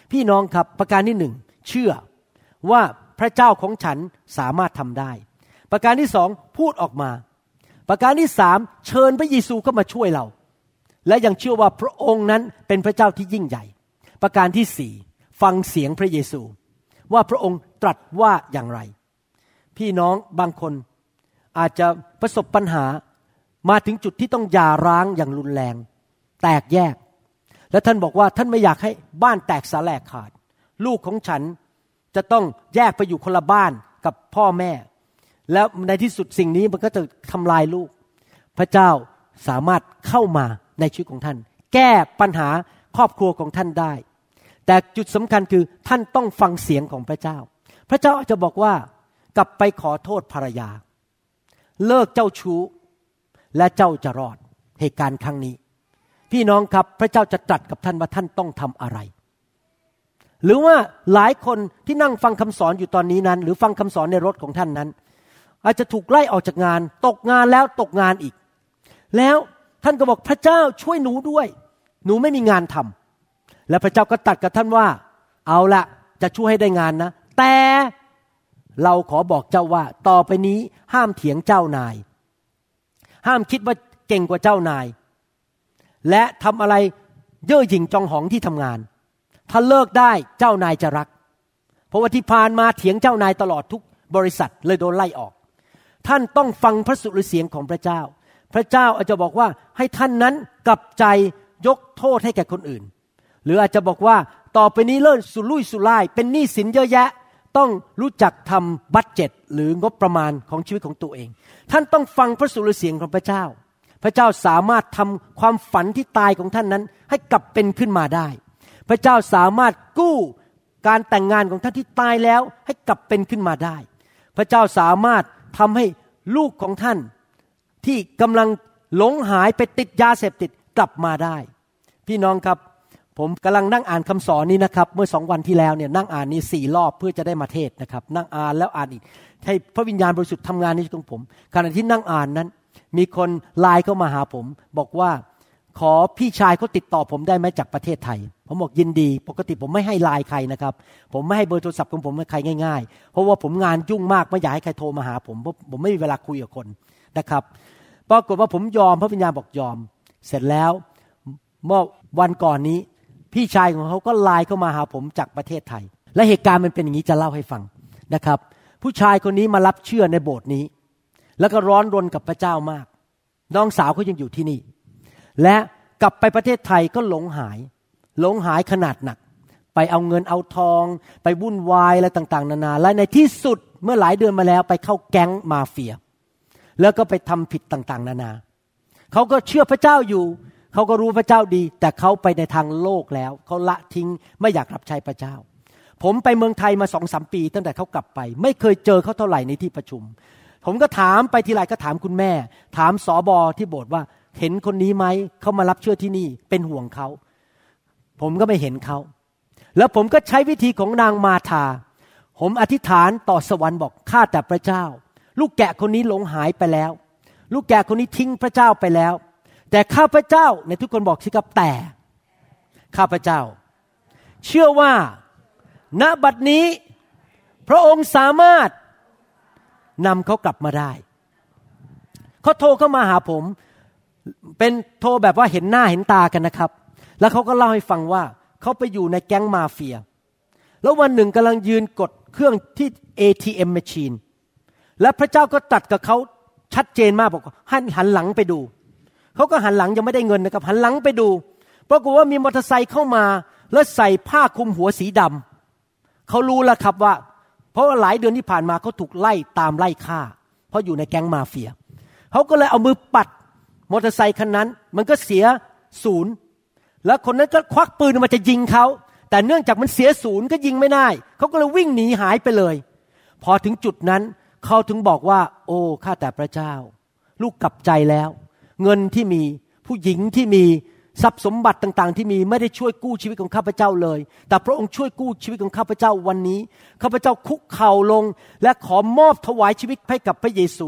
พี่น้องครับประการที่1เชื่อว่าพระเจ้าของฉันสามารถทำได้ประการที่2พูดออกมาประการที่3เชิญพระเยซูเข้ามาช่วยเราและยังเชื่อว่าพระองค์นั้นเป็นพระเจ้าที่ยิ่งใหญ่ประการที่4ฟังเสียงพระเยซูว่าพระองค์ตรัสว่าอย่างไรพี่น้องบางคนอาจจะประสบปัญหามาถึงจุดที่ต้องหย่าร้างอย่างรุนแรงแตกแยกและท่านบอกว่าท่านไม่อยากให้บ้านแตกสาแหลกขาดลูกของฉันจะต้องแยกไปอยู่คนละบ้านกับพ่อแม่แล้วในที่สุดสิ่งนี้มันก็จะทำลายลูกพระเจ้าสามารถเข้ามาในชีวิตของท่านแก้ปัญหาครอบครัวของท่านได้แต่จุดสำคัญคือท่านต้องฟังเสียงของพระเจ้าพระเจ้าอาจจะบอกว่ากลับไปขอโทษภรรยาเลิกเจ้าชู้และเจ้าจะรอดเหตุการณ์ครั้งนี้พี่น้องครับพระเจ้าจะตรัสกับท่านว่าท่านต้องทำอะไรหรือว่าหลายคนที่นั่งฟังคำสอนอยู่ตอนนี้นั้นหรือฟังคำสอนในรถของท่านนั้นอาจจะถูกไล่ออกจากงานตกงานแล้วตกงานอีกแล้วท่านก็บอกพระเจ้าช่วยหนูด้วยหนูไม่มีงานทำและพระเจ้าก็ตรัสกับท่านว่าเอาละจะช่วยให้ได้งานนะแต่เราขอบอกเจ้าว่าต่อไปนี้ห้ามเถียงเจ้านายห้ามคิดว่าเก่งกว่าเจ้านายและทำอะไรเย่อหยิ่งจองหองที่ทำงานถ้าเลิกได้เจ้านายจะรักเพราะว่าที่ผ่านมาเถียงเจ้านายตลอดทุกบริษัทเลยโดนไล่ออกท่านต้องฟังพระสุรเสียงของพระเจ้าพระเจ้าอาจจะบอกว่าให้ท่านนั้นกลับใจยกโทษให้แก่คนอื่นหรืออาจจะบอกว่าต่อไปนี้เลิกสุรุ่ยสุร่ายเป็นหนี้สินเยอะแยะต้องรู้จักทำบัดเจ็ตหรืองบประมาณของชีวิตของตัวเองท่านต้องฟังพระสุรเสียงของพระเจ้าพระเจ้าสามารถทำความฝันที่ตายของท่านนั้นให้กลับเป็นขึ้นมาได้พระเจ้าสามารถกู้การแต่งงานของท่านที่ตายแล้วให้กลับเป็นขึ้นมาได้พระเจ้าสามารถทำให้ลูกของท่านที่กำลังหลงหายไปติดยาเสพติดกลับมาได้พี่น้องครับผมกำลังนั่งอ่านคำสอนนี้นะครับเมื่อ2 วันที่แล้วเนี่ยนั่งอ่านนี้4 รอบเพื่อจะได้มาเทศนะครับนั่งอ่านแล้วอ่านอีกให้พระวิญญาณบริสุทธิ์ทำงานในชีวิตของผมขณะที่นั่งอ่านนั้นมีคนไลน์เข้ามาหาผมบอกว่าขอพี่ชายเขาติดต่อผมได้ไหมจากประเทศไทยผมบอกยินดีปกติผมไม่ให้ไลน์ใครนะครับผมไม่ให้เบอร์โทรศัพท์ของผมให้ใครง่ายๆเพราะว่าผมงานยุ่งมากไม่อยากให้ใครโทรมาหาผมเพราะผมไม่มีเวลาคุยกับคนนะครับปรากฏว่าผมยอมพระวิญญาณบอกยอมเสร็จแล้วเมื่อวันก่อนนี้พี่ชายของเขาก็ไลน์เข้ามาหาผมจากประเทศไทยและเหตุการณ์มันเป็นอย่างนี้จะเล่าให้ฟังนะครับผู้ชายคนนี้มารับเชื่อในโบสถ์นี้แล้วก็ร้อนรนกับพระเจ้ามากน้องสาวเขายังอยู่ที่นี่และกลับไปประเทศไทยก็หลงหายขนาดหนักไปเอาเงินเอาทองไปวุ่นวายอะไรต่างๆนานาและในที่สุดเมื่อหลายเดือนมาแล้วไปเข้าแก๊งมาเฟียแล้วก็ไปทำผิดต่างๆนานาเขาก็เชื่อพระเจ้าอยู่เขาก็รู้พระเจ้าดีแต่เขาไปในทางโลกแล้วเขาละทิ้งไม่อยากรับใช้พระเจ้าผมไปเมืองไทยมา 2-3 ปีตั้งแต่เขากลับไปไม่เคยเจอเขาเท่าไหร่ในที่ประชุมผมก็ถามไปทีไรก็ถามคุณแม่ถามสบที่โบสถ์ว่าเห็นคนนี้ไหมเขามารับเชื่อที่นี่เป็นห่วงเขาผมก็ไม่เห็นเขาแล้วผมก็ใช้วิธีของนางมาธาผมอธิษฐานต่อสวรรค์บอกข้าแต่พระเจ้าลูกแกะคนนี้หลงหายไปแล้วลูกแกะคนนี้ทิ้งพระเจ้าไปแล้วแต่ข้าพเจ้าในทุกคนบอกสิครับแต่ข้าพเจ้าเชื่อว่าณบัดนี้พระองค์สามารถนำเขากลับมาได้เขาโทรเข้ามาหาผมเป็นโทรแบบว่าเห็นหน้าเห็นตากันนะครับแล้วเขาก็เล่าให้ฟังว่าเขาไปอยู่ในแก๊งมาเฟียแล้ววันหนึ่งกำลังยืนกดเครื่องที่ ATM machine และพระเจ้าก็ตรัสกับเขาชัดเจนมากบอกให้หันหลังไปดูเขาก็หันหลังยังไม่ได้เงินนะครับหันหลังไปดูปรากฏว่ามีมอเตอร์ไซค์เข้ามาแล้วใส่ผ้าคลุมหัวสีดำเขารู้แล้วครับว่าเพราะว่าหลายเดือนที่ผ่านมาเขาถูกไล่ตามไล่ฆ่าเพราะอยู่ในแก๊งมาเฟียเขาก็เลยเอามือปัดมอเตอร์ไซค์คันนั้นมันก็เสียศูนย์แล้วคนนั้นก็ควักปืนมาจะยิงเขาแต่เนื่องจากมันเสียศูนย์ก็ยิงไม่ได้เขาก็เลยวิ่งหนีหายไปเลยพอถึงจุดนั้นเขาถึงบอกว่าโอ้ข้าแต่พระเจ้าลูกกลับใจแล้วเงินที่มีผู้หญิงที่มีทรัพย์สมบัติต่างๆที่มีไม่ได้ช่วยกู้ชีวิตของข้าพเจ้าเลยแต่พระองค์ช่วยกู้ชีวิตของข้าพเจ้าวันนี้ข้าพเจ้าคุกเข่าลงและขอมอบถวายชีวิตให้กับพระเยซู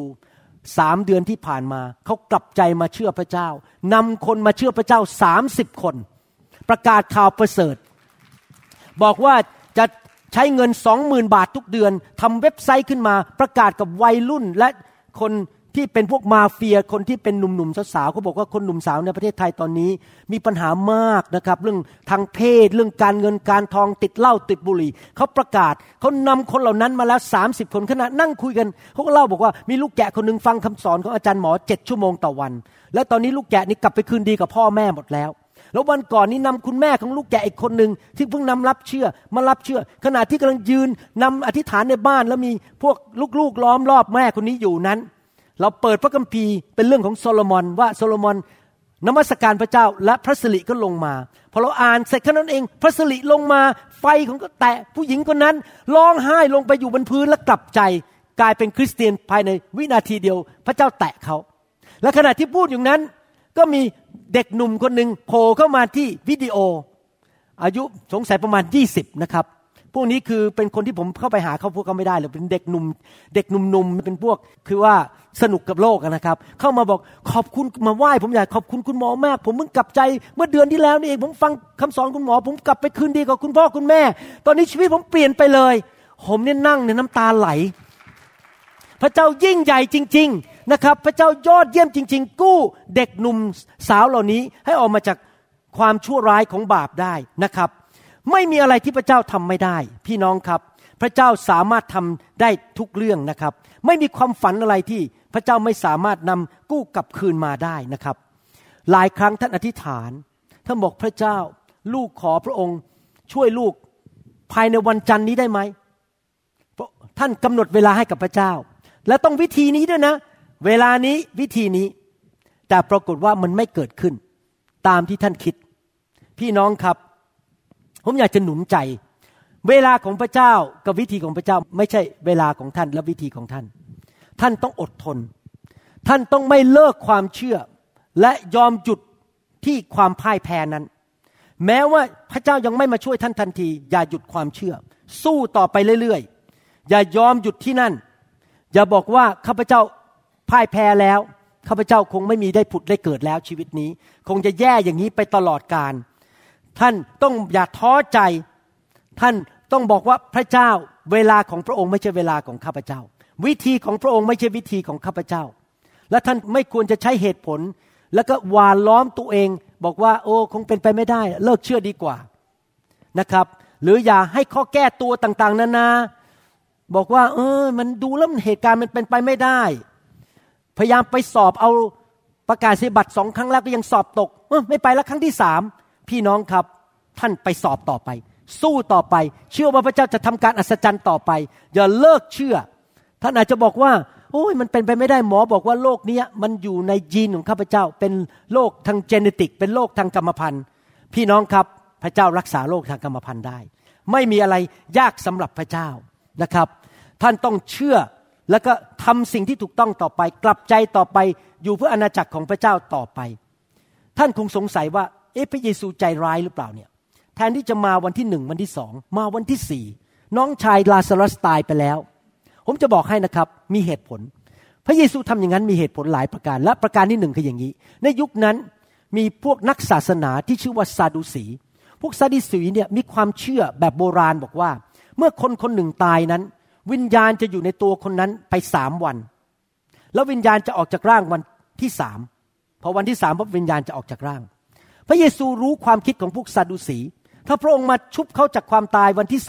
3 เดือนที่ผ่านมาเขากลับใจมาเชื่อพระเจ้านำคนมาเชื่อพระเจ้า30 คนประกาศข่าวประเสริฐบอกว่าจะใช้เงิน 20,000 บาททุกเดือนทำเว็บไซต์ขึ้นมาประกาศกับวัยรุ่นและคนที่เป็นพวกมาเฟียคนที่เป็นหนุ่มๆสาวๆเขาบอกว่าคนหนุ่มสาวในประเทศไทยตอนนี้มีปัญหามากนะครับเรื่องทางเพศเรื่องการเงินการทองติดเหล้าติดบุหรี่เขาประกาศเขานำคนเหล่านั้นมาแล้ว30คนขณะนั่งคุยกันเขาก็เล่าบอกว่ามีลูกแกะคนนึงฟังคำสอนของอาจารย์หมอ7ชั่วโมงต่อวันและตอนนี้ลูกแกะนี่กลับไปคืนดีกับพ่อแม่หมดแล้วแล้ววันก่อนนี้นำคุณแม่ของลูกแกะอีกคนนึงที่เพิ่งนำรับเชื่อมารับเชื่อขณะที่กำลังยืนนำอธิษฐานในบ้านแล้วมีพวกลูกๆล้อมรอบแม่คนนี้อยู่นั้นเราเปิดพระคัมภีร์เป็นเรื่องของโซโลมอนว่าโซโลมอนนมัสการพระเจ้าและพระสิริก็ลงมาพอเราอ่านเสร็จแค่นั้นเองพระสิริลงมาไฟของก็แตะผู้หญิงคนนั้นร้องไห้ลงไปอยู่บนพื้นและกลับใจกลายเป็นคริสเตียนภายในวินาทีเดียวพระเจ้าแตะเขาและขณะที่พูดอย่างนั้นก็มีเด็กหนุ่มคนหนึ่งโผล่เข้ามาที่วิดีโออายุสงสัยประมาณ20นะครับพวกนี้คือเป็นคนที่ผมเข้าไปหาเขาพวกเขาไม่ได้เลยเป็นเด็กหนุ่มเป็นพวกคือว่าสนุกกับโลกนะครับเข้ามาบอกขอบคุณมาไหว้ผมอยากขอบคุณคุณหมอมากผมเพิ่งกลับใจเมื่อเดือนที่แล้วนี่เองผมฟังคำสอนคุณหมอผมกลับไปคืนดีกับคุณพ่อคุณแม่ตอนนี้ชีวิตผมเปลี่ยนไปเลยผมเนี่ยนั่งในน้ำตาไหลพระเจ้ายิ่งใหญ่จริงๆนะครับพระเจ้ายอดเยี่ยมจริงๆกู้เด็กหนุ่มสาวเหล่านี้ให้ออกมาจากความชั่วร้ายของบาปได้นะครับไม่มีอะไรที่พระเจ้าทำไม่ได้พี่น้องครับพระเจ้าสามารถทำได้ทุกเรื่องนะครับไม่มีความฝันอะไรที่พระเจ้าไม่สามารถนำกู้กลับคืนมาได้นะครับหลายครั้งท่านอธิษฐานท่านบอกพระเจ้าลูกขอพระองค์ช่วยลูกภายในวันจันทร์นี้ได้ไหมท่านกำหนดเวลาให้กับพระเจ้าและต้องวิธีนี้ด้วยนะเวลานี้วิธีนี้แต่ปรากฏว่ามันไม่เกิดขึ้นตามที่ท่านคิดพี่น้องครับผมอยากจะหนุนใจเวลาของพระเจ้ากับวิธีของพระเจ้าไม่ใช่เวลาของท่านและวิธีของท่านท่านต้องอดทนท่านต้องไม่เลิกความเชื่อและยอมหยุดที่ความพ่ายแพ้นั้นแม้ว่าพระเจ้ายังไม่มาช่วยท่านทันทีอย่าหยุดความเชื่อสู้ต่อไปเรื่อยๆอย่ายอมหยุดที่นั่นอย่าบอกว่าข้าพเจ้าพ่ายแพ้แล้วข้าพเจ้าคงไม่มีได้ผุดได้เกิดแล้วชีวิตนี้คงจะแย่อย่างนี้ไปตลอดกาลท่านต้องอย่าท้อใจท่านต้องบอกว่าพระเจ้าเวลาของพระองค์ไม่ใช่เวลาของข้าพเจ้าวิธีของพระองค์ไม่ใช่วิธีของข้าพเจ้าและท่านไม่ควรจะใช้เหตุผลแล้วก็หวานล้อมตัวเองบอกว่าโอ้คงเป็นไปไม่ได้เลิกเชื่อดีกว่านะครับหรืออย่าให้ข้อแก้ตัวต่างๆนานาบอกว่ามันดูแล้วเหตุการณ์มันเป็นไปไม่ได้พยายามไปสอบเอาประกาศนียบัตร2 ครั้งแล้วก็ยังสอบตกไม่ไปแล้วครั้งที่3พี่น้องครับท่านไปสอบต่อไปสู้ต่อไปเชื่อว่าพระเจ้าจะทำการอัศจรรย์ต่อไปอย่าเลิกเชื่อท่านอาจจะบอกว่าโอ้ยมันเป็นไปไม่ได้หมอบอกว่าโรคนี้มันอยู่ในยีนของข้าพเจ้าเป็นโรคทางเจเนติกเป็นโรคทางกรรมพันธุ์พี่น้องครับพระเจ้ารักษาโรคทางกรรมพันธุ์ได้ไม่มีอะไรยากสำหรับพระเจ้านะครับท่านต้องเชื่อแล้วก็ทำสิ่งที่ถูกต้องต่อไปกลับใจต่อไปอยู่เพื่ออาณาจักรของพระเจ้าต่อไปท่านคงสงสัยว่าพระเยซูใจร้ายหรือเปล่าเนี่ยแทนที่จะมาวันที่1วันที่2มาวันที่4น้องชายลาซารัสตายไปแล้วผมจะบอกให้นะครับมีเหตุผลพระเยซูทำอย่างนั้นมีเหตุผลหลายประการและประการที่1คืออย่างนี้ในยุคนั้นมีพวกนักศาสนาที่ชื่อว่าซาดูสีพวกซาดูสีเนี่ยมีความเชื่อแบบโบราณบอกว่าเมื่อคนคนหนึ่งตายนั้นวิญญาณจะอยู่ในตัวคนนั้นไป3 วันแล้ววิญญาณจะออกจากร่างวันที่3พอวันที่3พอวิญญาณจะออกจากร่างพระเยซูรู้ความคิดของพวกซาดูสีถ้าพระองค์มาชุบเขาจากความตายวันที่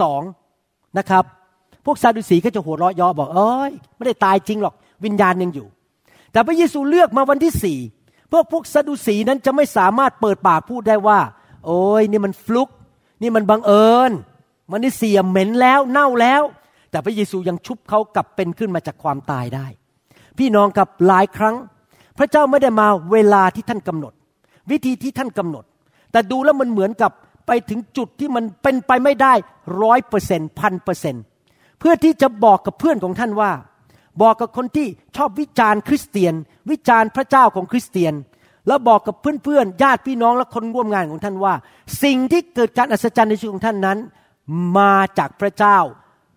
2นะครับพวกซาดูสีก็จะหัวเราะย่อบอกไม่ได้ตายจริงหรอกวิญญาณยังอยู่แต่พระเยซูเลือกมาวันที่4พวกซาดูสีนั้นจะไม่สามารถเปิดปากพูดได้ว่าโอ้ยนี่มันฟลุกนี่มันบังเอิญมันนี่เสียเหม็นแล้วเน่าแล้วแต่พระเยซูยังชุบเขากลับเป็นขึ้นมาจากความตายได้พี่น้องกับหลายครั้งพระเจ้าไม่ได้มาเวลาที่ท่านกำหนดวิธีที่ท่านกำหนดแต่ดูแล้วมันเหมือนกับไปถึงจุดที่มันเป็นไปไม่ได้ 100% 1,000%เพื่อที่จะบอกกับเพื่อนของท่านว่าบอกกับคนที่ชอบวิจารณ์คริสเตียนวิจารณ์พระเจ้าของคริสเตียนแล้วบอกกับเพื่อนๆญาติพี่น้องและคนร่วมงานของท่านว่าสิ่งที่เกิดการอัศจรรย์ในชีวิตของท่านนั้นมาจากพระเจ้า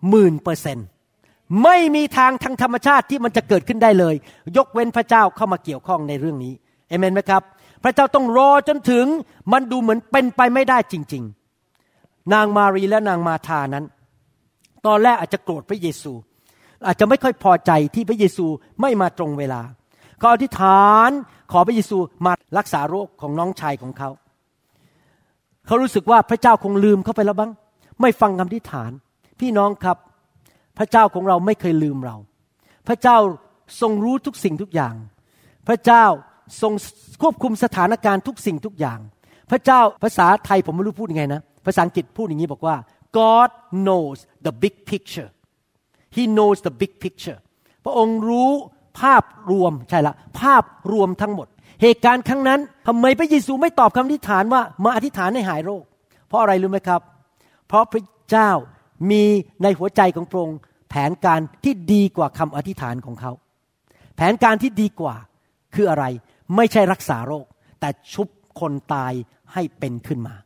10,000%ไม่มีทางทางธรรมชาติที่มันจะเกิดขึ้นได้เลยยกเว้นพระเจ้าเข้ามาเกี่ยวข้องในเรื่องนี้เอเมนไหมครับพระเจ้าต้องรอจนถึงมันดูเหมือนเป็นไปไม่ได้จริงๆนางมารีและนางมาธานั้นตอนแรกอาจจะโกรธพระเยซูอาจจะไม่ค่อยพอใจที่พระเยซูไม่มาตรงเวลาเขาอธิษฐานขอพระเยซูมารักษาโรคของน้องชายของเขารู้สึกว่าพระเจ้าคงลืมเขาไปแล้วบ้างไม่ฟังคำอธิษฐานพี่น้องครับพระเจ้าของเราไม่เคยลืมเราพระเจ้าทรงรู้ทุกสิ่งทุกอย่างพระเจ้าทรงควบคุมสถานการณ์ทุกสิ่งทุกอย่างพระเจ้าภาษาไทยผมไม่รู้พูดยังไงนะภาษาอังกฤษพูดอย่างนี้บอกว่า God knows the big picture He knows the big picture พระองค์รู้ภาพรวมใช่ละภาพรวมทั้งหมดเหตุการณ์ครั้งนั้นทำไมพระเยซูไม่ตอบคำอธิษฐานว่ามาอธิษฐานให้หายโรคเพราะอะไรรู้ไหมครับเพราะพระเจ้ามีในหัวใจของพระองค์แผนการที่ดีกว่าคำอธิษฐานของเขาแผนการที่ดีกว่าคืออะไรไม่ใช่รักษาโรคแต่ชุบคนตายให้เป็นขึ้นมา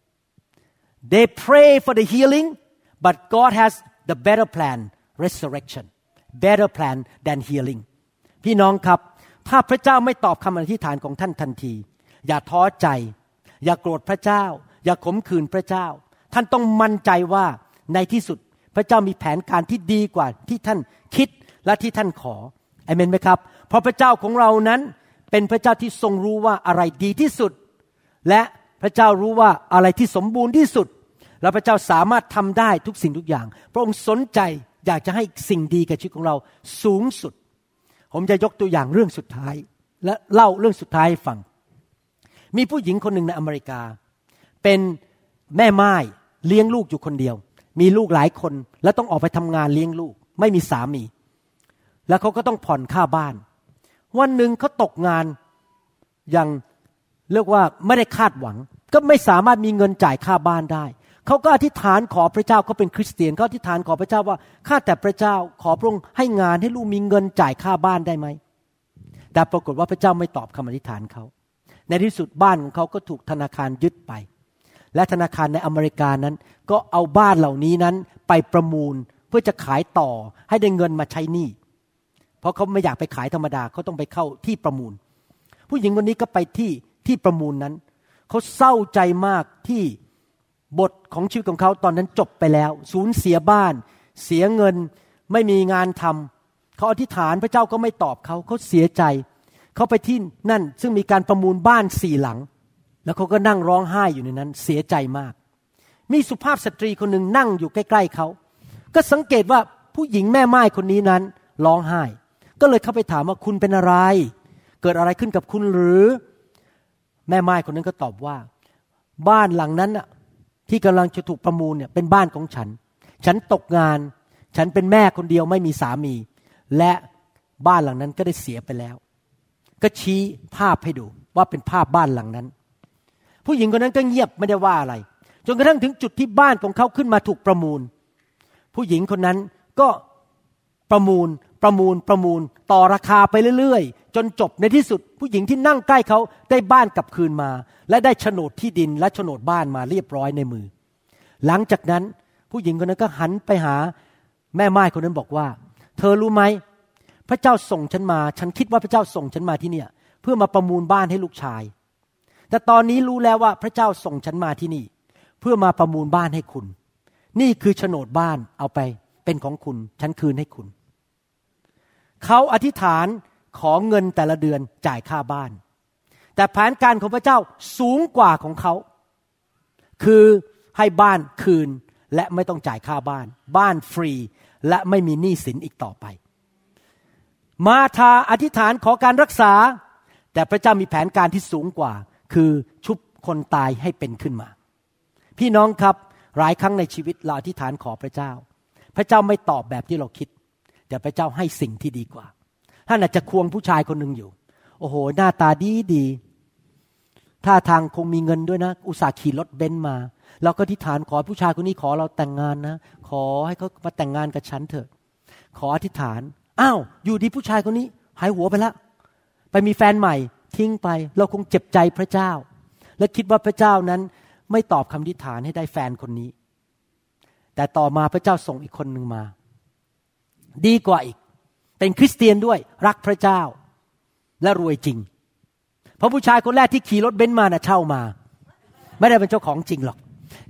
They pray for the healing but God has the better plan resurrection better plan than healing พี่น้องครับถ้าพระเจ้าไม่ตอบคำอธิษฐานของท่านทันทีอย่าท้อใจอย่าโกรธพระเจ้าอย่าขมขื่นพระเจ้าท่านต้องมั่นใจว่าในที่สุดพระเจ้ามีแผนการที่ดีกว่าที่ท่านคิดและที่ท่านขออาเมนไหมครับเพราะพระเจ้าของเรานั้นเป็นพระเจ้าที่ทรงรู้ว่าอะไรดีที่สุดและพระเจ้ารู้ว่าอะไรที่สมบูรณ์ที่สุดและพระเจ้าสามารถทำได้ทุกสิ่งทุกอย่างพระองค์สนใจอยากจะให้สิ่งดีกับชีวิตของเราสูงสุดผมจะยกตัวอย่างเรื่องสุดท้ายและเล่าเรื่องสุดท้ายให้ฟังมีผู้หญิงคนหนึ่งในอเมริกาเป็นแม่ม่ายเลี้ยงลูกอยู่คนเดียวมีลูกหลายคนแล้วต้องออกไปทำงานเลี้ยงลูกไม่มีสามีแล้วเขาก็ต้องผ่อนค่าบ้านวันหนึ่งเขาตกงานอย่างเรียกว่าไม่ได้คาดหวังก็ไม่สามารถมีเงินจ่ายค่าบ้านได้เขาก็อธิษฐานขอพระเจ้าเขาเป็นคริสเตียนเขาอธิษฐานขอพระเจ้าว่าข้าแต่พระเจ้าขอพระองค์ให้งานให้ลูกมีเงินจ่ายค่าบ้านได้ไหมแต่ปรากฏว่าพระเจ้าไม่ตอบคำอธิษฐานเขาในที่สุดบ้านของเขาก็ถูกธนาคารยึดไปและธนาคารในอเมริกานั้นก็เอาบ้านเหล่านี้นั้นไปประมูลเพื่อจะขายต่อให้ได้เงินมาใช้หนี้เพราะเขาไม่อยากไปขายธรรมดาเขาต้องไปเข้าที่ประมูลผู้หญิงคนนี้ก็ไปที่ประมูลนั้นเขาเศร้าใจมากที่บทของชีวิตของเขาตอนนั้นจบไปแล้วสูญเสียบ้านเสียเงินไม่มีงานทำเขาอธิษฐานพระเจ้าก็ไม่ตอบเขาเสียใจเขาไปที่นั่นซึ่งมีการประมูลบ้าน4 หลังแล้วเขาก็นั่งร้องไห้อยู่ในนั้นเสียใจมากมีสุภาพสตรีคนหนึ่งนั่งอยู่ใกล้ๆเขาก็สังเกตว่าผู้หญิงแม่ม่ายคนนี้นั้นร้องไห้ก็เลยเข้าไปถามว่าคุณเป็นอะไรเกิดอะไรขึ้นกับคุณหรือแม่ม่ายคนนั้นก็ตอบว่าบ้านหลังนั้นที่กำลังจะถูกประมูลเนี่ยเป็นบ้านของฉันตกงานฉันเป็นแม่คนเดียวไม่มีสามีและบ้านหลังนั้นก็ได้เสียไปแล้วก็ชี้ภาพให้ดูว่าเป็นภาพบ้านหลังนั้นผู้หญิงคนนั้นก็เงียบไม่ได้ว่าอะไรจนกระทั่งถึงจุดที่บ้านของเขาขึ้นมาถูกประมูลผู้หญิงคนนั้นก็ประมูลต่อราคาไปเรื่อยๆจนจบในที่สุดผู้หญิงที่นั่งใกล้เขาได้บ้านกลับคืนมาและได้โฉนดที่ดินและโฉนดบ้านมาเรียบร้อยในมือหลังจากนั้นผู้หญิงคนนั้นก็หันไปหาแม่ม่ายคนนั้นบอกว่าเธอรู้ไหมพระเจ้าส่งฉันมาฉันคิดว่าพระเจ้าส่งฉันมาที่เนี่ยเพื่อมาประมูลบ้านให้ลูกชายแต่ตอนนี้รู้แล้วว่าพระเจ้าส่งฉันมาที่นี่เพื่อมาประมูลบ้านให้คุณนี่คือโฉนดบ้านเอาไปเป็นของคุณฉันคืนให้คุณเขาอธิษฐานขอเงินแต่ละเดือนจ่ายค่าบ้านแต่แผนการของพระเจ้าสูงกว่าของเขาคือให้บ้านคืนและไม่ต้องจ่ายค่าบ้านฟรีและไม่มีหนี้สินอีกต่อไปมาธาอธิษฐานขอการรักษาแต่พระเจ้ามีแผนการที่สูงกว่าคือชุบคนตายให้เป็นขึ้นมาพี่น้องครับหลายครั้งในชีวิตเราอธิษฐานขอพระเจ้าพระเจ้าไม่ตอบแบบที่เราคิดแต่พระเจ้าให้สิ่งที่ดีกว่าท่านอาจจะควงผู้ชายคนหนึ่งอยู่โอ้โหหน้าตาดีท่าทางคงมีเงินด้วยนะอุตส่าห์ขี่รถเบนซ์มาเราก็อธิษฐานขอผู้ชายคนนี้ขอเราแต่งงานนะขอให้เขามาแต่งงานกับฉันเถอะขออธิษฐานอ้าวอยู่ดีผู้ชายคนนี้หายหัวไปแล้วไปมีแฟนใหม่ทิ้งไปเราคงเจ็บใจพระเจ้าและคิดว่าพระเจ้านั้นไม่ตอบคำอธิษฐานให้ได้แฟนคนนี้แต่ต่อมาพระเจ้าส่งอีกคนนึงมาดีกว่าอีกเป็นคริสเตียนด้วยรักพระเจ้าและรวยจริงเพราะผู้ชายคนแรกที่ขี่รถเบนซ์มาน่ะเช่ามาไม่ได้เป็นเจ้าของจริงหรอก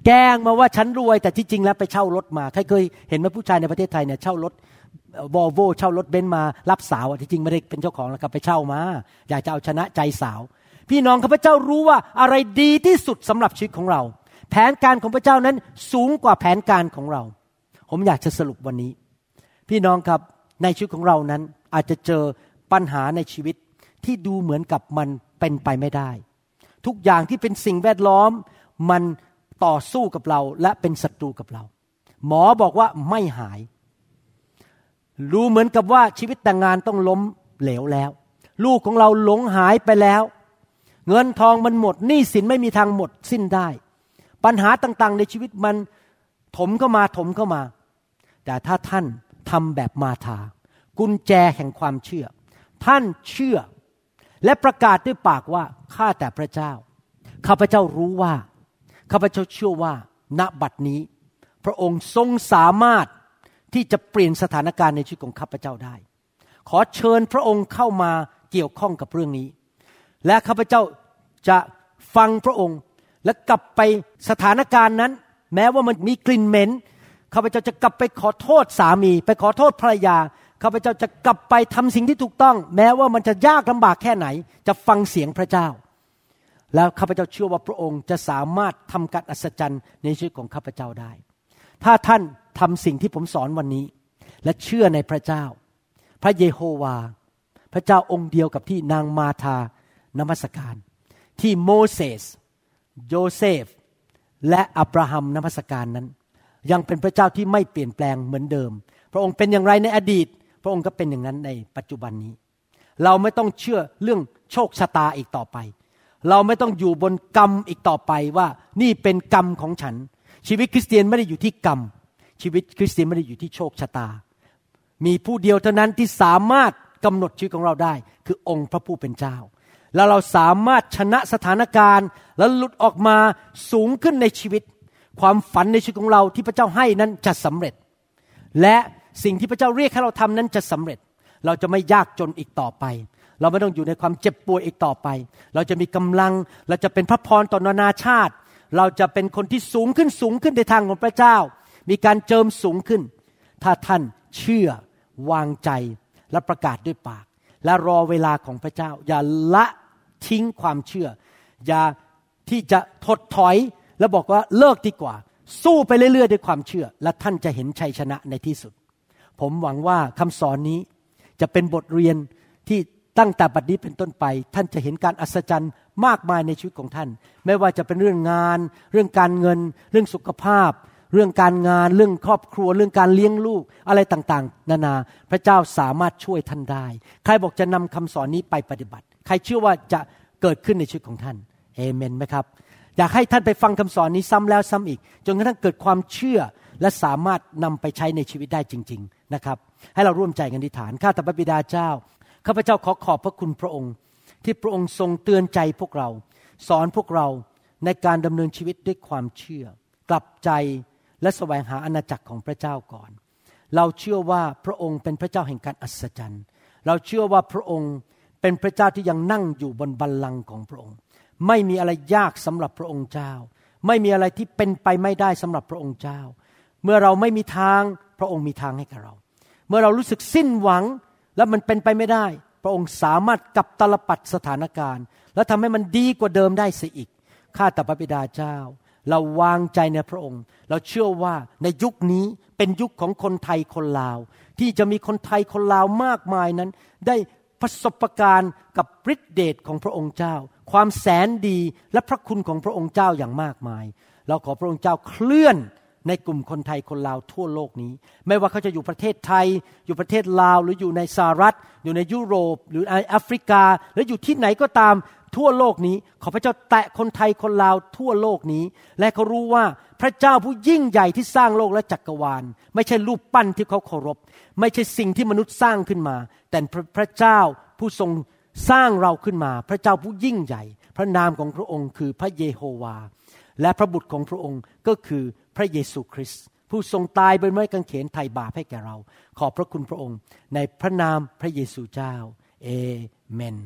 แกล้งมาว่าฉันรวยแต่ที่จริงแล้วไปเช่ารถมาใครเคยเห็นไหมผู้ชายในประเทศไทยเนี่ยเช่ารถวอลโวเช่ารถเบนซ์มารับสาวที่จริงไม่ได้เป็นเจ้าของแล้วก็ไปเช่ามาอยากจะเอาชนะใจสาวพี่น้องข้าพเจ้ารู้ว่าอะไรดีที่สุดสำหรับชีวิตของเราแผนการของพระเจ้านั้นสูงกว่าแผนการของเราผมอยากจะสรุปวันนี้พี่น้องครับในชีวิตของเรานั้นอาจจะเจอปัญหาในชีวิตที่ดูเหมือนกับมันเป็นไปไม่ได้ทุกอย่างที่เป็นสิ่งแวดล้อมมันต่อสู้กับเราและเป็นศัตรูกับเราหมอบอกว่าไม่หายรู้เหมือนกับว่าชีวิตแต่งงานต้องล้มเหลวแล้วลูกของเราหลงหายไปแล้วเงินทองมันหมดหนี้สินไม่มีทางหมดสิ้นได้ปัญหาต่างๆในชีวิตมันถมเข้ามาแต่ถ้าท่านทำแบบมาธากุญแจแห่งความเชื่อท่านเชื่อและประกาศด้วยปากว่าข้าแต่พระเจ้าข้าพเจ้ารู้ว่าข้าพเจ้าเชื่อว่าณบัดนี้พระองค์ทรงสามารถที่จะเปลี่ยนสถานการณ์ในชีวิตของข้าพเจ้าได้ขอเชิญพระองค์เข้ามาเกี่ยวข้องกับเรื่องนี้และข้าพเจ้าจะฟังพระองค์และกลับไปสถานการณ์นั้นแม้ว่ามันมีกลิ่นเหม็นข้าพเจ้าจะกลับไปขอโทษสามีไปขอโทษภรรยาข้าพเจ้าจะกลับไปทำสิ่งที่ถูกต้องแม้ว่ามันจะยากลำบากแค่ไหนจะฟังเสียงพระเจ้าแล้วข้าพเจ้าเชื่อว่าพระองค์จะสามารถทำการอัศจรรย์ในชีวิตของข้าพเจ้าได้ถ้าท่านทำสิ่งที่ผมสอนวันนี้และเชื่อในพระเจ้าพระเยโฮวาพระเจ้าองค์เดียวกับที่นางมาธานมัสการที่โมเสสโยเซฟและอับราฮัมนมัสการนั้นยังเป็นพระเจ้าที่ไม่เปลี่ยนแปลงเหมือนเดิมพระองค์เป็นอย่างไรในอดีตพระองค์ก็เป็นอย่างนั้นในปัจจุบันนี้เราไม่ต้องเชื่อเรื่องโชคชะตาอีกต่อไปเราไม่ต้องอยู่บนกรรมอีกต่อไปว่านี่เป็นกรรมของฉันชีวิตคริสเตียนไม่ได้อยู่ที่กรรมชีวิตคริสเตียนไม่ได้อยู่ที่โชคชะตามีผู้เดียวเท่านั้นที่สามารถกำหนดชีวิตของเราได้คือองค์พระผู้เป็นเจ้าแล้วเราสามารถชนะสถานการณ์และหลุดออกมาสูงขึ้นในชีวิตความฝันในชีวิตของเราที่พระเจ้าให้นั้นจะสำเร็จและสิ่งที่พระเจ้าเรียกให้เราทำนั้นจะสำเร็จเราจะไม่ยากจนอีกต่อไปเราไม่ต้องอยู่ในความเจ็บป่วยอีกต่อไปเราจะมีกำลังเราจะเป็นพระพรต่อนานาชาติเราจะเป็นคนที่สูงขึ้นในทางของพระเจ้ามีการเจิมสูงขึ้นถ้าท่านเชื่อวางใจและประกาศด้วยปากและรอเวลาของพระเจ้าอย่าละทิ้งความเชื่ออย่าที่จะถดถอยแล้วบอกว่าเลิกดีกว่าสู้ไปเรื่อยๆด้วยความเชื่อและท่านจะเห็นชัยชนะในที่สุดผมหวังว่าคำสอนนี้จะเป็นบทเรียนที่ตั้งแต่บัดนี้เป็นต้นไปท่านจะเห็นการอัศจรรย์มากมายในชีวิตของท่านไม่ว่าจะเป็นเรื่องงานเรื่องการเงินเรื่องสุขภาพเรื่องการงานเรื่องครอบครัวเรื่องการเลี้ยงลูกอะไรต่างๆนานาพระเจ้าสามารถช่วยท่านได้ใครบอกจะนำคำสอนนี้ไปปฏิบัติใครเชื่อว่าจะเกิดขึ้นในชีวิตของท่านเอเมนไหมครับอยากให้ท่านไปฟังคำสอนนี้ซ้ำแล้วซ้ำอีกจนกระทั่งเกิดความเชื่อและสามารถนำไปใช้ในชีวิตได้จริงๆนะครับให้เราร่วมใจกันอธิษฐานข้าแต่พระบิดาเจ้าข้าพเจ้าขอบพระคุณพระองค์ที่พระองค์ทรงเตือนใจพวกเราสอนพวกเราในการดำเนินชีวิตด้วยความเชื่อกลับใจและแสวงหาอาณาจักรของพระเจ้าก่อนเราเชื่อว่าพระองค์เป็นพระเจ้าแห่งการอัศจรรย์เราเชื่อว่าพระองค์เป็นพระเจ้าที่ยังนั่งอยู่บนบัลลังก์ของพระองค์ไม่มีอะไรยากสำหรับพระองค์เจ้าไม่มีอะไรที่เป็นไปไม่ได้สำหรับพระองค์เจ้าเมื่อเราไม่มีทางพระองค์มีทางให้กับเราเมื่อเรารู้สึกสิ้นหวังและมันเป็นไปไม่ได้พระองค์สามารถกลับตลปัดสถานการณ์และทำให้มันดีกว่าเดิมได้เสียอีกข้าแต่พระบิดาเจ้าเราวางใจในพระองค์เราเชื่อว่าในยุคนี้เป็นยุคของคนไทยคนลาวที่จะมีคนไทยคนลาวมากมายนั้นได้ประสบการณ์กับฤทธิเดชของพระองค์เจ้าความแสนดีและพระคุณของพระองค์เจ้าอย่างมากมายเราขอพระองค์เจ้าเคลื่อนในกลุ่มคนไทยคนลาวทั่วโลกนี้ไม่ว่าเขาจะอยู่ประเทศไทยอยู่ประเทศลาวหรืออยู่ในสหรัฐอยู่ในยุโรปหรือในแอฟริกาหรืออยู่ที่ไหนก็ตามทั่วโลกนี้ขอพระเจ้าแตะคนไทยคนลาวทั่วโลกนี้และเขารู้ว่าพระเจ้าผู้ยิ่งใหญ่ที่สร้างโลกและจักรวาลไม่ใช่รูปปั้นที่เขาเคารพไม่ใช่สิ่งที่มนุษย์สร้างขึ้นมาแต่พระเจ้าผู้ทรงสร้างเราขึ้นมาพระเจ้าผู้ยิ่งใหญ่พระนามของพระองค์คือพระเยโฮวาและพระบุตรของพระองค์ก็คือพระเยซูคริสต์ผู้ทรงตายบนไม้กางเขนไถ่บาปให้แก่เราขอบพระคุณพระองค์ในพระนามพระเยซูเจ้าเอเมน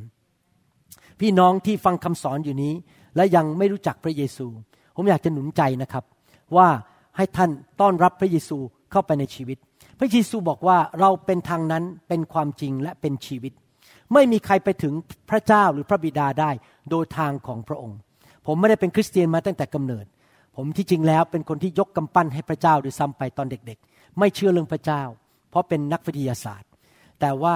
พี่น้องที่ฟังคำสอนอยู่นี้และยังไม่รู้จักพระเยซูผมอยากจะหนุนใจนะครับว่าให้ท่านต้อนรับพระเยซูเข้าไปในชีวิตพระเยซูบอกว่าเราเป็นทางนั้นเป็นความจริงและเป็นชีวิตไม่มีใครไปถึงพระเจ้าหรือพระบิดาได้โดยทางของพระองค์ผมไม่ได้เป็นคริสเตียนมาตั้งแต่กำเนิดผมที่จริงแล้วเป็นคนที่ยกกำปั้นให้พระเจ้าด้วยซ้ำไปตอนเด็กๆไม่เชื่อเรื่องพระเจ้าเพราะเป็นนักวิทยาศาสตร์แต่ว่า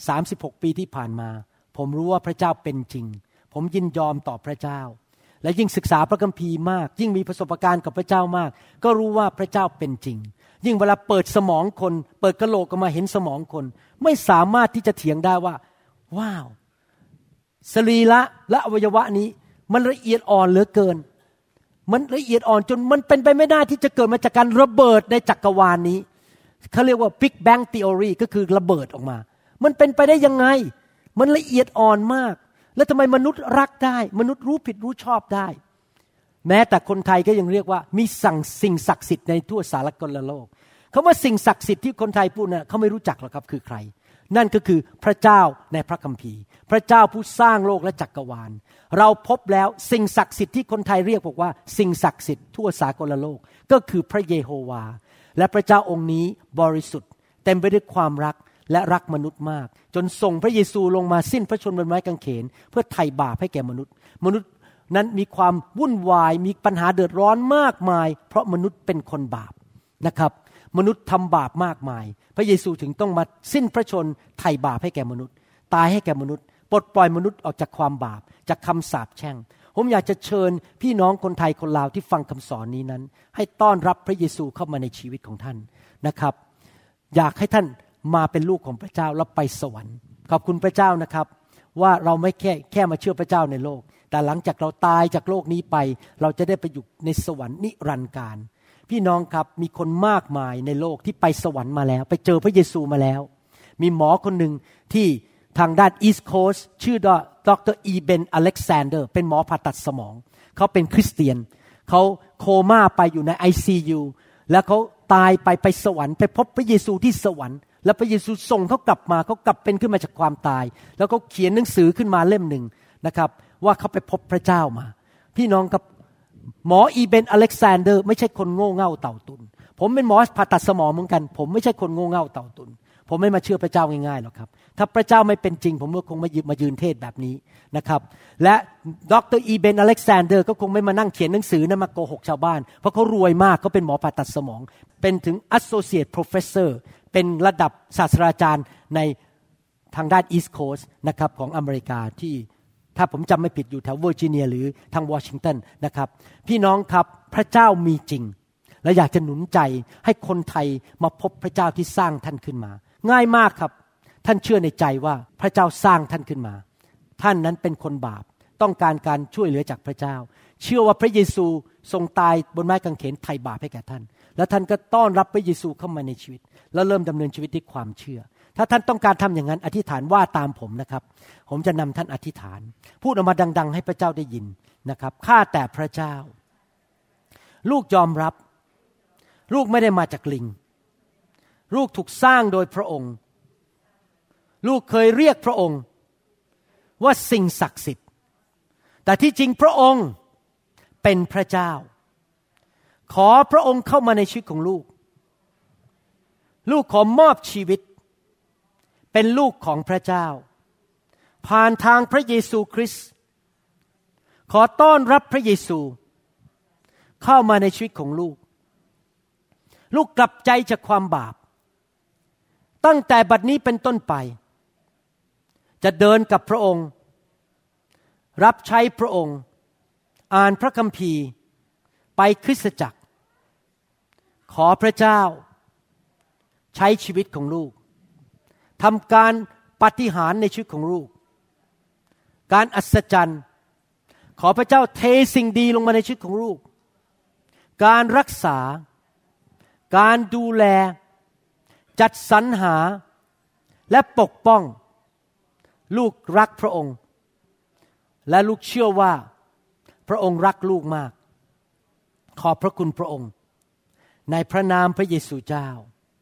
36ปีที่ผ่านมาผมรู้ว่าพระเจ้าเป็นจริงผมยินยอมต่อพระเจ้าและยิ่งศึกษาพระคัมภีร์มากยิ่งมีประสบการณ์กับพระเจ้ามากก็รู้ว่าพระเจ้าเป็นจริงยิ่งเวลาเปิดสมองคนเปิดกะโหลกออกมาเห็นสมองคนไม่สามารถที่จะเถียงได้ว่าว้าวสรีระและอวัยวะนี้มันละเอียดอ่อนเหลือเกินมันละเอียดอ่อนจนมันเป็นไปไม่ได้ที่จะเกิดมาจากการระเบิดในจักรวาลนี้เขาเรียกว่า Big Bang Theory ก็คือระเบิดออกมามันเป็นไปได้ยังไงมันละเอียดอ่อนมากแล้วทำไมมนุษย์รักได้มนุษย์รู้ผิดรู้ชอบได้แม้แต่คนไทยก็ยังเรียกว่ามีสิ่งศักดิ์สิทธิ์ในทั่วสารกลโลกคำว่าสิ่งศักดิ์สิทธิ์ที่คนไทยพูดน่ะเขาไม่รู้จักหรอกครับคือใครนั่นก็คือพระเจ้าในพระคัมภีร์พระเจ้าผู้สร้างโลกและจักรวาลเราพบแล้วสิ่งศักดิ์สิทธิ์ที่คนไทยเรียกบอกว่าสิ่งศักดิ์สิทธิ์ทั่วสากลโลกก็คือพระเยโฮวาและพระเจ้าองค์นี้บริสุทธิ์เต็มไปด้วยความรักและรักมนุษย์มากจนส่งพระเยซูลงมาสิ้นพระชนม์บนไม้กางเขนเพื่อไถ่บาปให้แก่มนุษย์นั้นมีความวุ่นวายมีปัญหาเดือดร้อนมากมายเพราะมนุษย์เป็นคนบาปนะครับมนุษย์ทำบาปมากมายพระเยซูถึงต้องมาสิ้นพระชนม์ไถ่บาปให้แก่มนุษย์ตายให้แก่มนุษย์ปลดปล่อยมนุษย์ออกจากความบาปจากคำสาปแช่งผมอยากจะเชิญพี่น้องคนไทยคนลาวที่ฟังคำสอนนี้นั้นให้ต้อนรับพระเยซูเข้ามาในชีวิตของท่านนะครับอยากให้ท่านมาเป็นลูกของพระเจ้าแล้วไปสวรรค์ขอบคุณพระเจ้านะครับว่าเราไม่แค่มาเชื่อพระเจ้าในโลกแต่หลังจากเราตายจากโลกนี้ไปเราจะได้ไปอยู่ในสวรรค์นิรันดร์กาลพี่น้องครับมีคนมากมายในโลกที่ไปสวรรค์มาแล้วไปเจอพระเยซูมาแล้วมีหมอคนหนึ่งที่ทางด้านอีสต์โคสต์ชื่อดร.อีเบนอเล็กซานเดอร์เป็นหมอผ่าตัดสมองเขาเป็นคริสเตียนเขาโคม่าไปอยู่ใน ICU แล้วเขาตายไปสวรรค์ไปพบพระเยซูที่สวรรค์แล้วพระเยซูส่งเขากลับมาเขากลับเป็นขึ้นมาจากความตายแล้วเขาเขียนหนังสือขึ้นมาเล่มหนึ่งนะครับว่าเขาไปพบพระเจ้ามาพี่น้องครับหมออีเบนอเล็กซานเดอร์ไม่ใช่คนโง่เง่าเต่าตุนผมเป็นหมอผ่าตัดสมองเหมือนกันผมไม่ใช่คนโง่เง่าเต่าตุนผมไม่มาเชื่อพระเจ้าง่ายๆหรอกครับถ้าพระเจ้าไม่เป็นจริงผมก็คงไม่มายืนเทศแบบนี้นะครับและดร.อีเบนอเล็กซานเดอร์ก็คงไม่มานั่งเขียนหนังสือนะมาโกหกชาวบ้านเพราะเขารวยมากเขาเป็นหมอผ่าตัดสมองเป็นถึง Associate Professor เป็นระดับศาสตราจารย์ในทางด้าน East Coast นะครับของอเมริกาที่ถ้าผมจำไม่ผิดอยู่แถวเวอร์จิเนียหรือทางวอชิงตันนะครับพี่น้องครับพระเจ้ามีจริงและอยากจะหนุนใจให้คนไทยมาพบพระเจ้าที่สร้างท่านขึ้นมาง่ายมากครับท่านเชื่อในใจว่าพระเจ้าสร้างท่านขึ้นมาท่านนั้นเป็นคนบาปต้องการช่วยเหลือจากพระเจ้าเชื่อว่าพระเยซูทรงตายบนไม้กางเขนไถ่บาปให้แก่ท่านแล้วท่านก็ต้อนรับพระเยซูเข้ามาในชีวิตแล้วเริ่มดำเนินชีวิตด้วยความเชื่อถ้าท่านต้องการทำอย่างนั้นอธิษฐานว่าตามผมนะครับผมจะนำท่านอธิษฐานพูดออกมาดังๆให้พระเจ้าได้ยินนะครับข้าแต่พระเจ้าลูกยอมรับลูกไม่ได้มาจากลิงลูกถูกสร้างโดยพระองค์ลูกเคยเรียกพระองค์ว่าสิ่งศักดิ์สิทธิ์แต่ที่จริงพระองค์เป็นพระเจ้าขอพระองค์เข้ามาในชีวิตของลูกลูกขอมอบชีวิตเป็นลูกของพระเจ้าผ่านทางพระเยซูคริสต์ขอต้อนรับพระเยซูเข้ามาในชีวิตของลูกลูกกลับใจจากความบาปตั้งแต่บัดนี้เป็นต้นไปจะเดินกับพระองค์รับใช้พระองค์อ่านพระคัมภีร์ไปคริสตจักรขอพระเจ้าใช้ชีวิตของลูกทำการปาฏิหาริย์ในชีวิตของลูกการอัศจรรย์ขอพระเจ้าเทสิ่งดีลงมาในชีวิตของลูกการรักษาการดูแลจัดสรรหาและปกป้องลูกรักพระองค์และลูกเชื่อว่าพระองค์รักลูกมากขอบพระคุณพระองค์ในพระนามพระเยซูเจ้า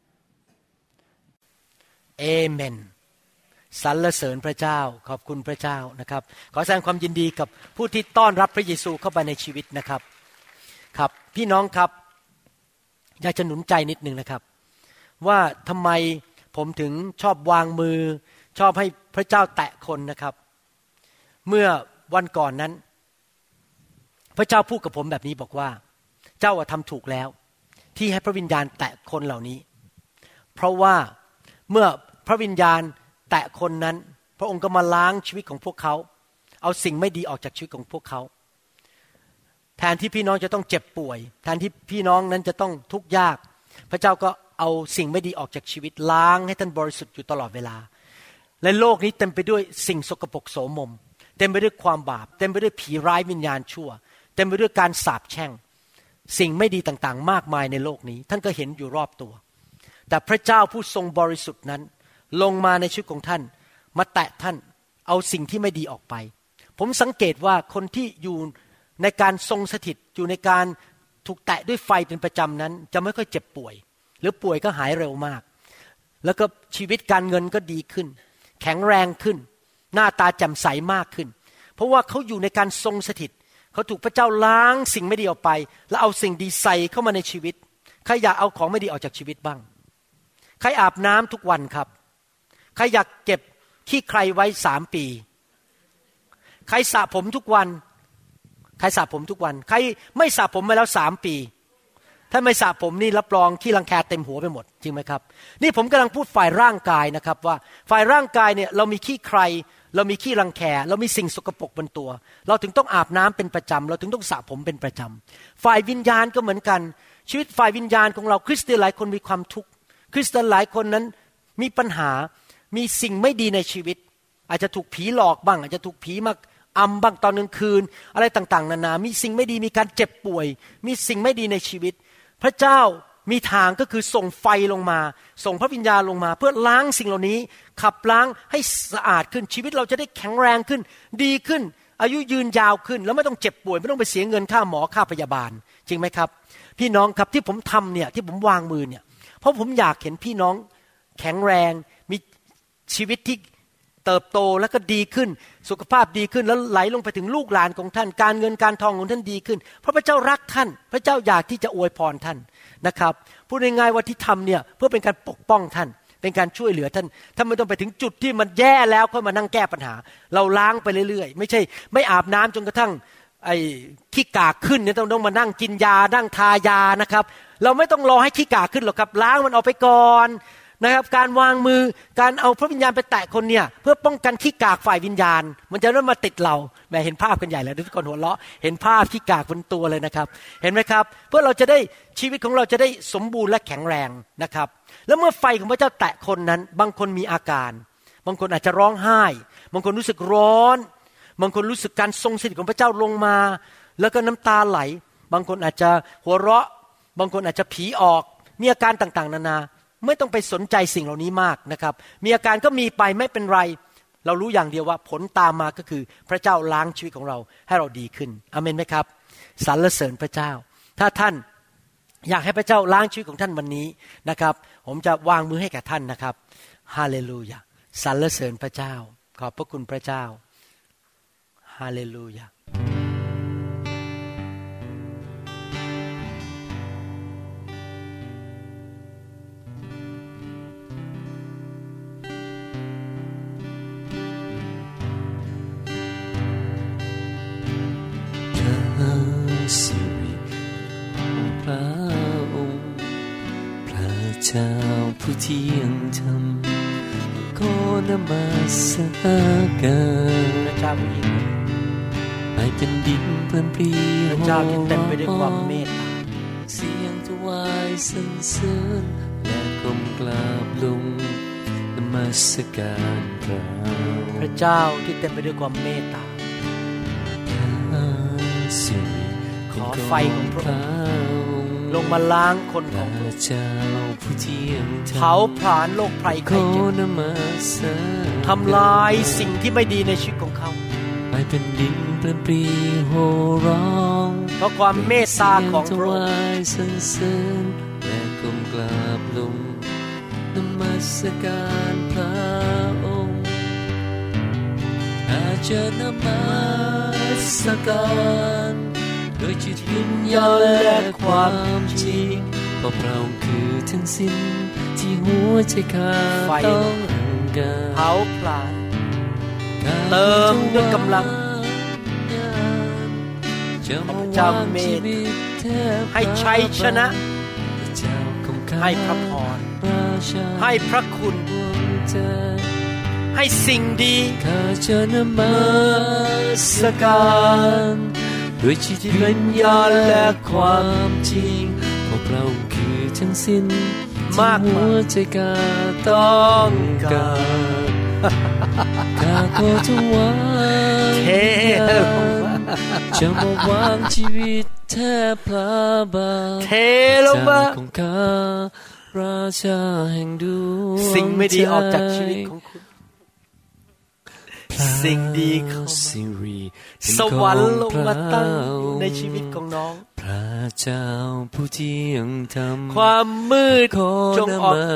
เอเมนสรรเสริญพระเจ้าขอบคุณพระเจ้านะครับขอแสดงความยินดีกับผู้ที่ต้อนรับพระเยซูเข้าไปในชีวิตนะครับครับพี่น้องครับอยากจะหนุนใจนิดนึงนะครับว่าทำไมผมถึงชอบวางมือชอบให้พระเจ้าแตะคนนะครับเมื่อวันก่อนนั้นพระเจ้าพูดกับผมแบบนี้บอกว่าเจ้าทำถูกแล้วที่ให้พระวิญญาณแตะคนเหล่านี้เพราะว่าเมื่อพระวิญญาณแตะคนนั้นพระองค์ก็มาล้างชีวิตของพวกเขาเอาสิ่งไม่ดีออกจากชีวิตของพวกเขาแทนที่พี่น้องจะต้องเจ็บป่วยแทนที่พี่น้องนั้นจะต้องทุกข์ยากพระเจ้าก็เอาสิ่งไม่ดีออกจากชีวิตล้างให้ท่านบริสุทธิ์อยู่ตลอดเวลาและโลกนี้เต็มไปด้วยสิ่งสกปรกโสมมเต็มไปด้วยความบาปเต็มไปด้วยผีร้ายวิญญาณชั่วเต็มไปด้วยการสาปแช่งสิ่งไม่ดีต่างๆมากมายในโลกนี้ท่านก็เห็นอยู่รอบตัวแต่พระเจ้าผู้ทรงบริสุทธิ์นั้นลงมาในชีวิตของท่านมาแตะท่านเอาสิ่งที่ไม่ดีออกไปผมสังเกตว่าคนที่อยู่ในการทรงสถิตอยู่ในการถูกแตะด้วยไฟเป็นประจำนั้นจะไม่ค่อยเจ็บป่วยหรือป่วยก็หายเร็วมากแล้วก็ชีวิตการเงินก็ดีขึ้นแข็งแรงขึ้นหน้าตาแจ่มใสมากขึ้นเพราะว่าเขาอยู่ในการทรงสถิตเขาถูกพระเจ้าล้างสิ่งไม่ดีออกไปแล้วเอาสิ่งดีใส่เข้ามาในชีวิตใครอยากเอาของไม่ดีออกจากชีวิตบ้างใครอาบน้ำทุกวันครับใครอยากเก็บขี้ใครไว้3 ปีใครสระผมทุกวันใครสระผมทุกวันใครไม่สระผมมาแล้ว3 ปีถ้าไม่สระผมนี่รับรองขี้รังแคเต็มหัวไปหมดจริงไหมครับนี่ผมกำลังพูดฝ่ายร่างกายนะครับว่าฝ่ายร่างกายเนี่ยเรามีขี้ใครเรามีขี้รังแคเรามีสิ่งสกปรกบนตัวเราถึงต้องอาบน้ำเป็นประจำเราถึงต้องสระผมเป็นประจำฝ่ายวิญญาณก็เหมือนกันชีวิตฝ่ายวิญญาณของเราคริสเตียนหลายคนมีความทุกข์คริสเตียนหลายคนนั้นมีปัญหามีสิ่งไม่ดีในชีวิตอาจจะถูกผีหลอกบ้างอาจจะถูกผีมาอำบ้างตอนกลางคืนอะไรต่างๆนานามีสิ่งไม่ดีมีการเจ็บป่วยมีสิ่งไม่ดีในชีวิตพระเจ้ามีทางก็คือส่งไฟลงมาส่งพระวิญญาณลงมาเพื่อล้างสิ่งเหล่านี้ขับล้างให้สะอาดขึ้นชีวิตเราจะได้แข็งแรงขึ้นดีขึ้นอายุยืนยาวขึ้นแล้วไม่ต้องเจ็บป่วยไม่ต้องไปเสียเงินค่าหมอค่าพยาบาลจริงไหมครับพี่น้องครับที่ผมทำเนี่ยที่ผมวางมือเนี่ยเพราะผมอยากเห็นพี่น้องแข็งแรงมีชีวิตที่เติบโตแล้วก็ดีขึ้นสุขภาพดีขึ้นแล้วไหลลงไปถึงลูกหลานของท่านการเงินการทองของท่านดีขึ้นเพราะพระเจ้ารักท่านพระเจ้าอยากที่จะอวยพรท่านนะครับพูดง่ายๆว่าที่ทำเนี่ยเพื่อเป็นการปกป้องท่านเป็นการช่วยเหลือท่านถ้าไม่ต้องไปถึงจุดที่มันแย่แล้วค่อยมานั่งแก้ปัญหาเราล้างไปเรื่อยๆไม่ใช่ไม่อาบน้ำจนกระทั่งไอ้ขี้กากขึ้นเนี่ยต้องมานั่งกินยานั่งทายานะครับเราไม่ต้องรอให้ขี้กากขึ้นหรอกครับล้างมันออกไปก่อนนะครับการวางมือการเอาพระวิญญาณไปแตะคนเนี่ยเพื่อป้องกันขี้กากฝ่ายวิญญาณมันจะไม่มาติดเราแม่เห็นภาพกันใหญ่เลยทุกคนหัวเราะเห็นภาพขี้กากบนตัวเลยนะครับเห็นไหมครับเพื่อเราจะได้ชีวิตของเราจะได้สมบูรณ์และแข็งแรงนะครับแล้วเมื่อไฟของพระเจ้าแตะคนนั้นบางคนมีอาการบางคนอาจจะร้องไห้บางคนรู้สึกร้อนบางคนรู้สึกการทรงสถิตของพระเจ้าลงมาแล้วก็น้ำตาไหลบางคนอาจจะหัวเราะบางคนอาจจะผีออกมีอาการต่างๆนานาไม่ต้องไปสนใจสิ่งเหล่านี้มากนะครับมีอาการก็มีไปไม่เป็นไรเรารู้อย่างเดียวว่าผลตามมาก็คือพระเจ้าล้างชีวิตของเราให้เราดีขึ้นอาเมนไหมครับสรรเสริญพระเจ้าถ้าท่านอยากให้พระเจ้าล้างชีวิตของท่านวันนี้นะครับผมจะวางมือให้แก่ท่านนะครับฮาเลลูยาสรรเสริญพระเจ้าขอบพระคุณพระเจ้าฮาเลลูยาสิริของพระองค์พระเจ้าผู้เที่ยงธรรมขอนมัสการพระเจ้าผู้ยิ่งใหญ่ในแผ่นดินเปื้อนปรีพระเจ้าที่เต็มไปด้วยความเมตตาเสียงถวายสรรเสริญและก้มกราบลงนมัสการพระเจ้าที่เต็มไปด้วยความเมตตาขอไฟของพระองค์ลงมาล้างคนของพระเจ้าผู้เที่ยงธรรมเผาผลาญโรคภัยไข้เจ็บทำลายสิ่งที่ไม่ดีในชีวิตของเขาไปเป็นดินเปลี่ยนปรีโห่ร้องเพราะความเมตตาของพระองค์สรรเสริญและก้มกราบลงนมัสการพระองค์อาจจะนมัสการโดยจิตวิญญาณและความจริงเพราะพระองค์คือทั้งสิ้นที่หัวใจข้าต้องการเผาผลาญเติมด้วยกำลังพระเจ้าเมตให้ชัยชนะให้พระพรให้พระคุณให้สิ่งดีข้าจะนมัสการด้วยจิตวิญญาณและความจริงเพราะพระองค์คือทั้งสิ้นที่หัวใจข้าต้องการข้าขอถวายจะมาวางชีวิตแทบพระบาทของข้าราชาแห่งดวงใจสิ่งไม่ดีออกจากชีวิตของคุณสิ่งดีของสวรรค์ลงมาตั้งในชีวิตของน้องพระเจ้าผู้เที่ยงธรรมความมืดจงออกไป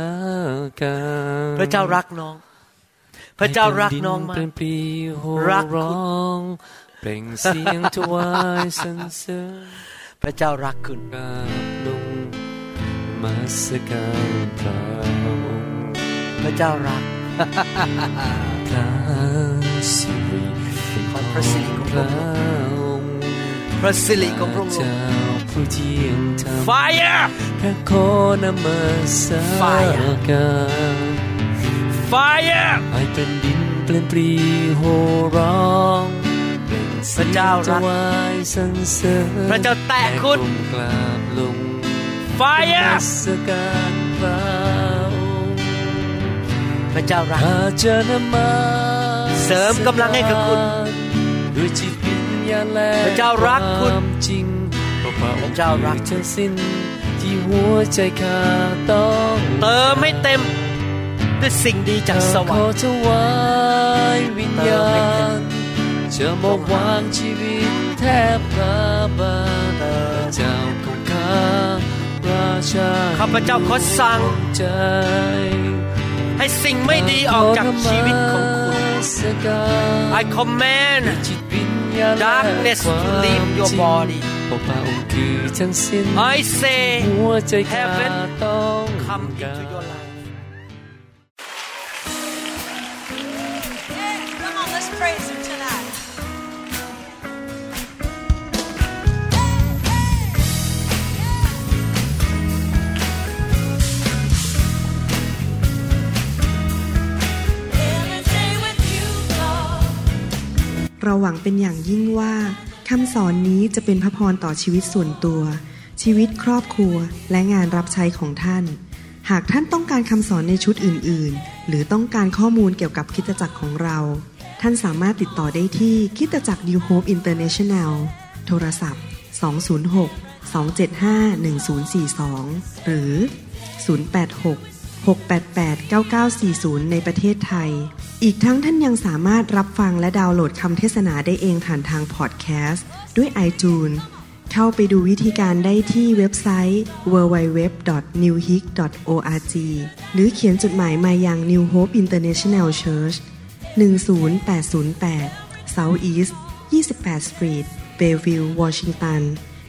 พระเจ้ารักน้องพระเจ้ารักน้องมากรักคุณเปล่งเสียงถวายสรรเสริญพระเจ้ารักคุณกราบลงมาสการพระองค์พระเจ้ารักพระสิริของพระสิริของพระองค์พระสิริของพระองค์เจ้าผู้เที่ยงธรรม Fire ข้าขอนมัสการ Fire ให้แผ่นดินเปลี่ยนปลิวโห่ร้องพระเจ้ารักพระเจ้าแตะคุณกราบลง Fire นมัสการพระองค์พระเจ้ารักเสริมกำลังให้กับคุณด้วยจิตวิญญาณและพระเจ้ารักคุณจริงเพราะพระเจ้ารักทั้งสิ้นที่หัวใจข้าต้องเติมให้เต็มด้วยสิ่งดีจากสวรรค์ขอถวายวิญญาณจะมาวางชีวิตแทบพระบาทเจ้าของข้าราชาข้าพเจ้าขอสั่งใจให้สิ่งไม่ดีออกจากชีวิตของคุณ I command darkness to leave your body I say heaven come into your life Come on, let's praise Him tonight. เราหวังเป็นอย่างยิ่งว่าคำสอนนี้จะเป็นพระพรต่อชีวิตส่วนตัวชีวิตครอบครัวและงานรับใช้ของท่านหากท่านต้องการคำสอนในชุดอื่นๆหรือต้องการข้อมูลเกี่ยวกับคริสตจักรของเราท่านสามารถติดต่อได้ที่คริสตจักร New Hope International โทรศัพท์206-275-1042หรือ086-688-9940ในประเทศไทยอีกทั้งท่านยังสามารถรับฟังและดาวน์โหลดคำเทศนาได้เองผ่านทางพอดแคสต์ด้วย iTunes เข้าไปดูวิธีการได้ที่เว็บไซต์ www.newhope.org หรือเขียนจดหมายมายัง New Hope International Church 10808 South East 28 Street Bellevue Washington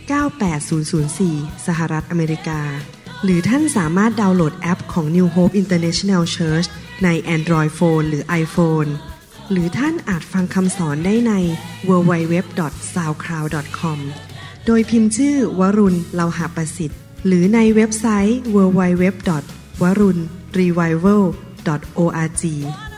98004 สหรัฐอเมริกาหรือท่านสามารถดาวน์โหลดแอปของ New Hope International Church ใน Android Phone หรือ iPhone หรือท่านอาจฟังคำสอนได้ใน www.soundcloud.com โดยพิมพ์ชื่อวรุณ เลาหะประสิทธิ์หรือในเว็บไซต์ www.warunrevival.org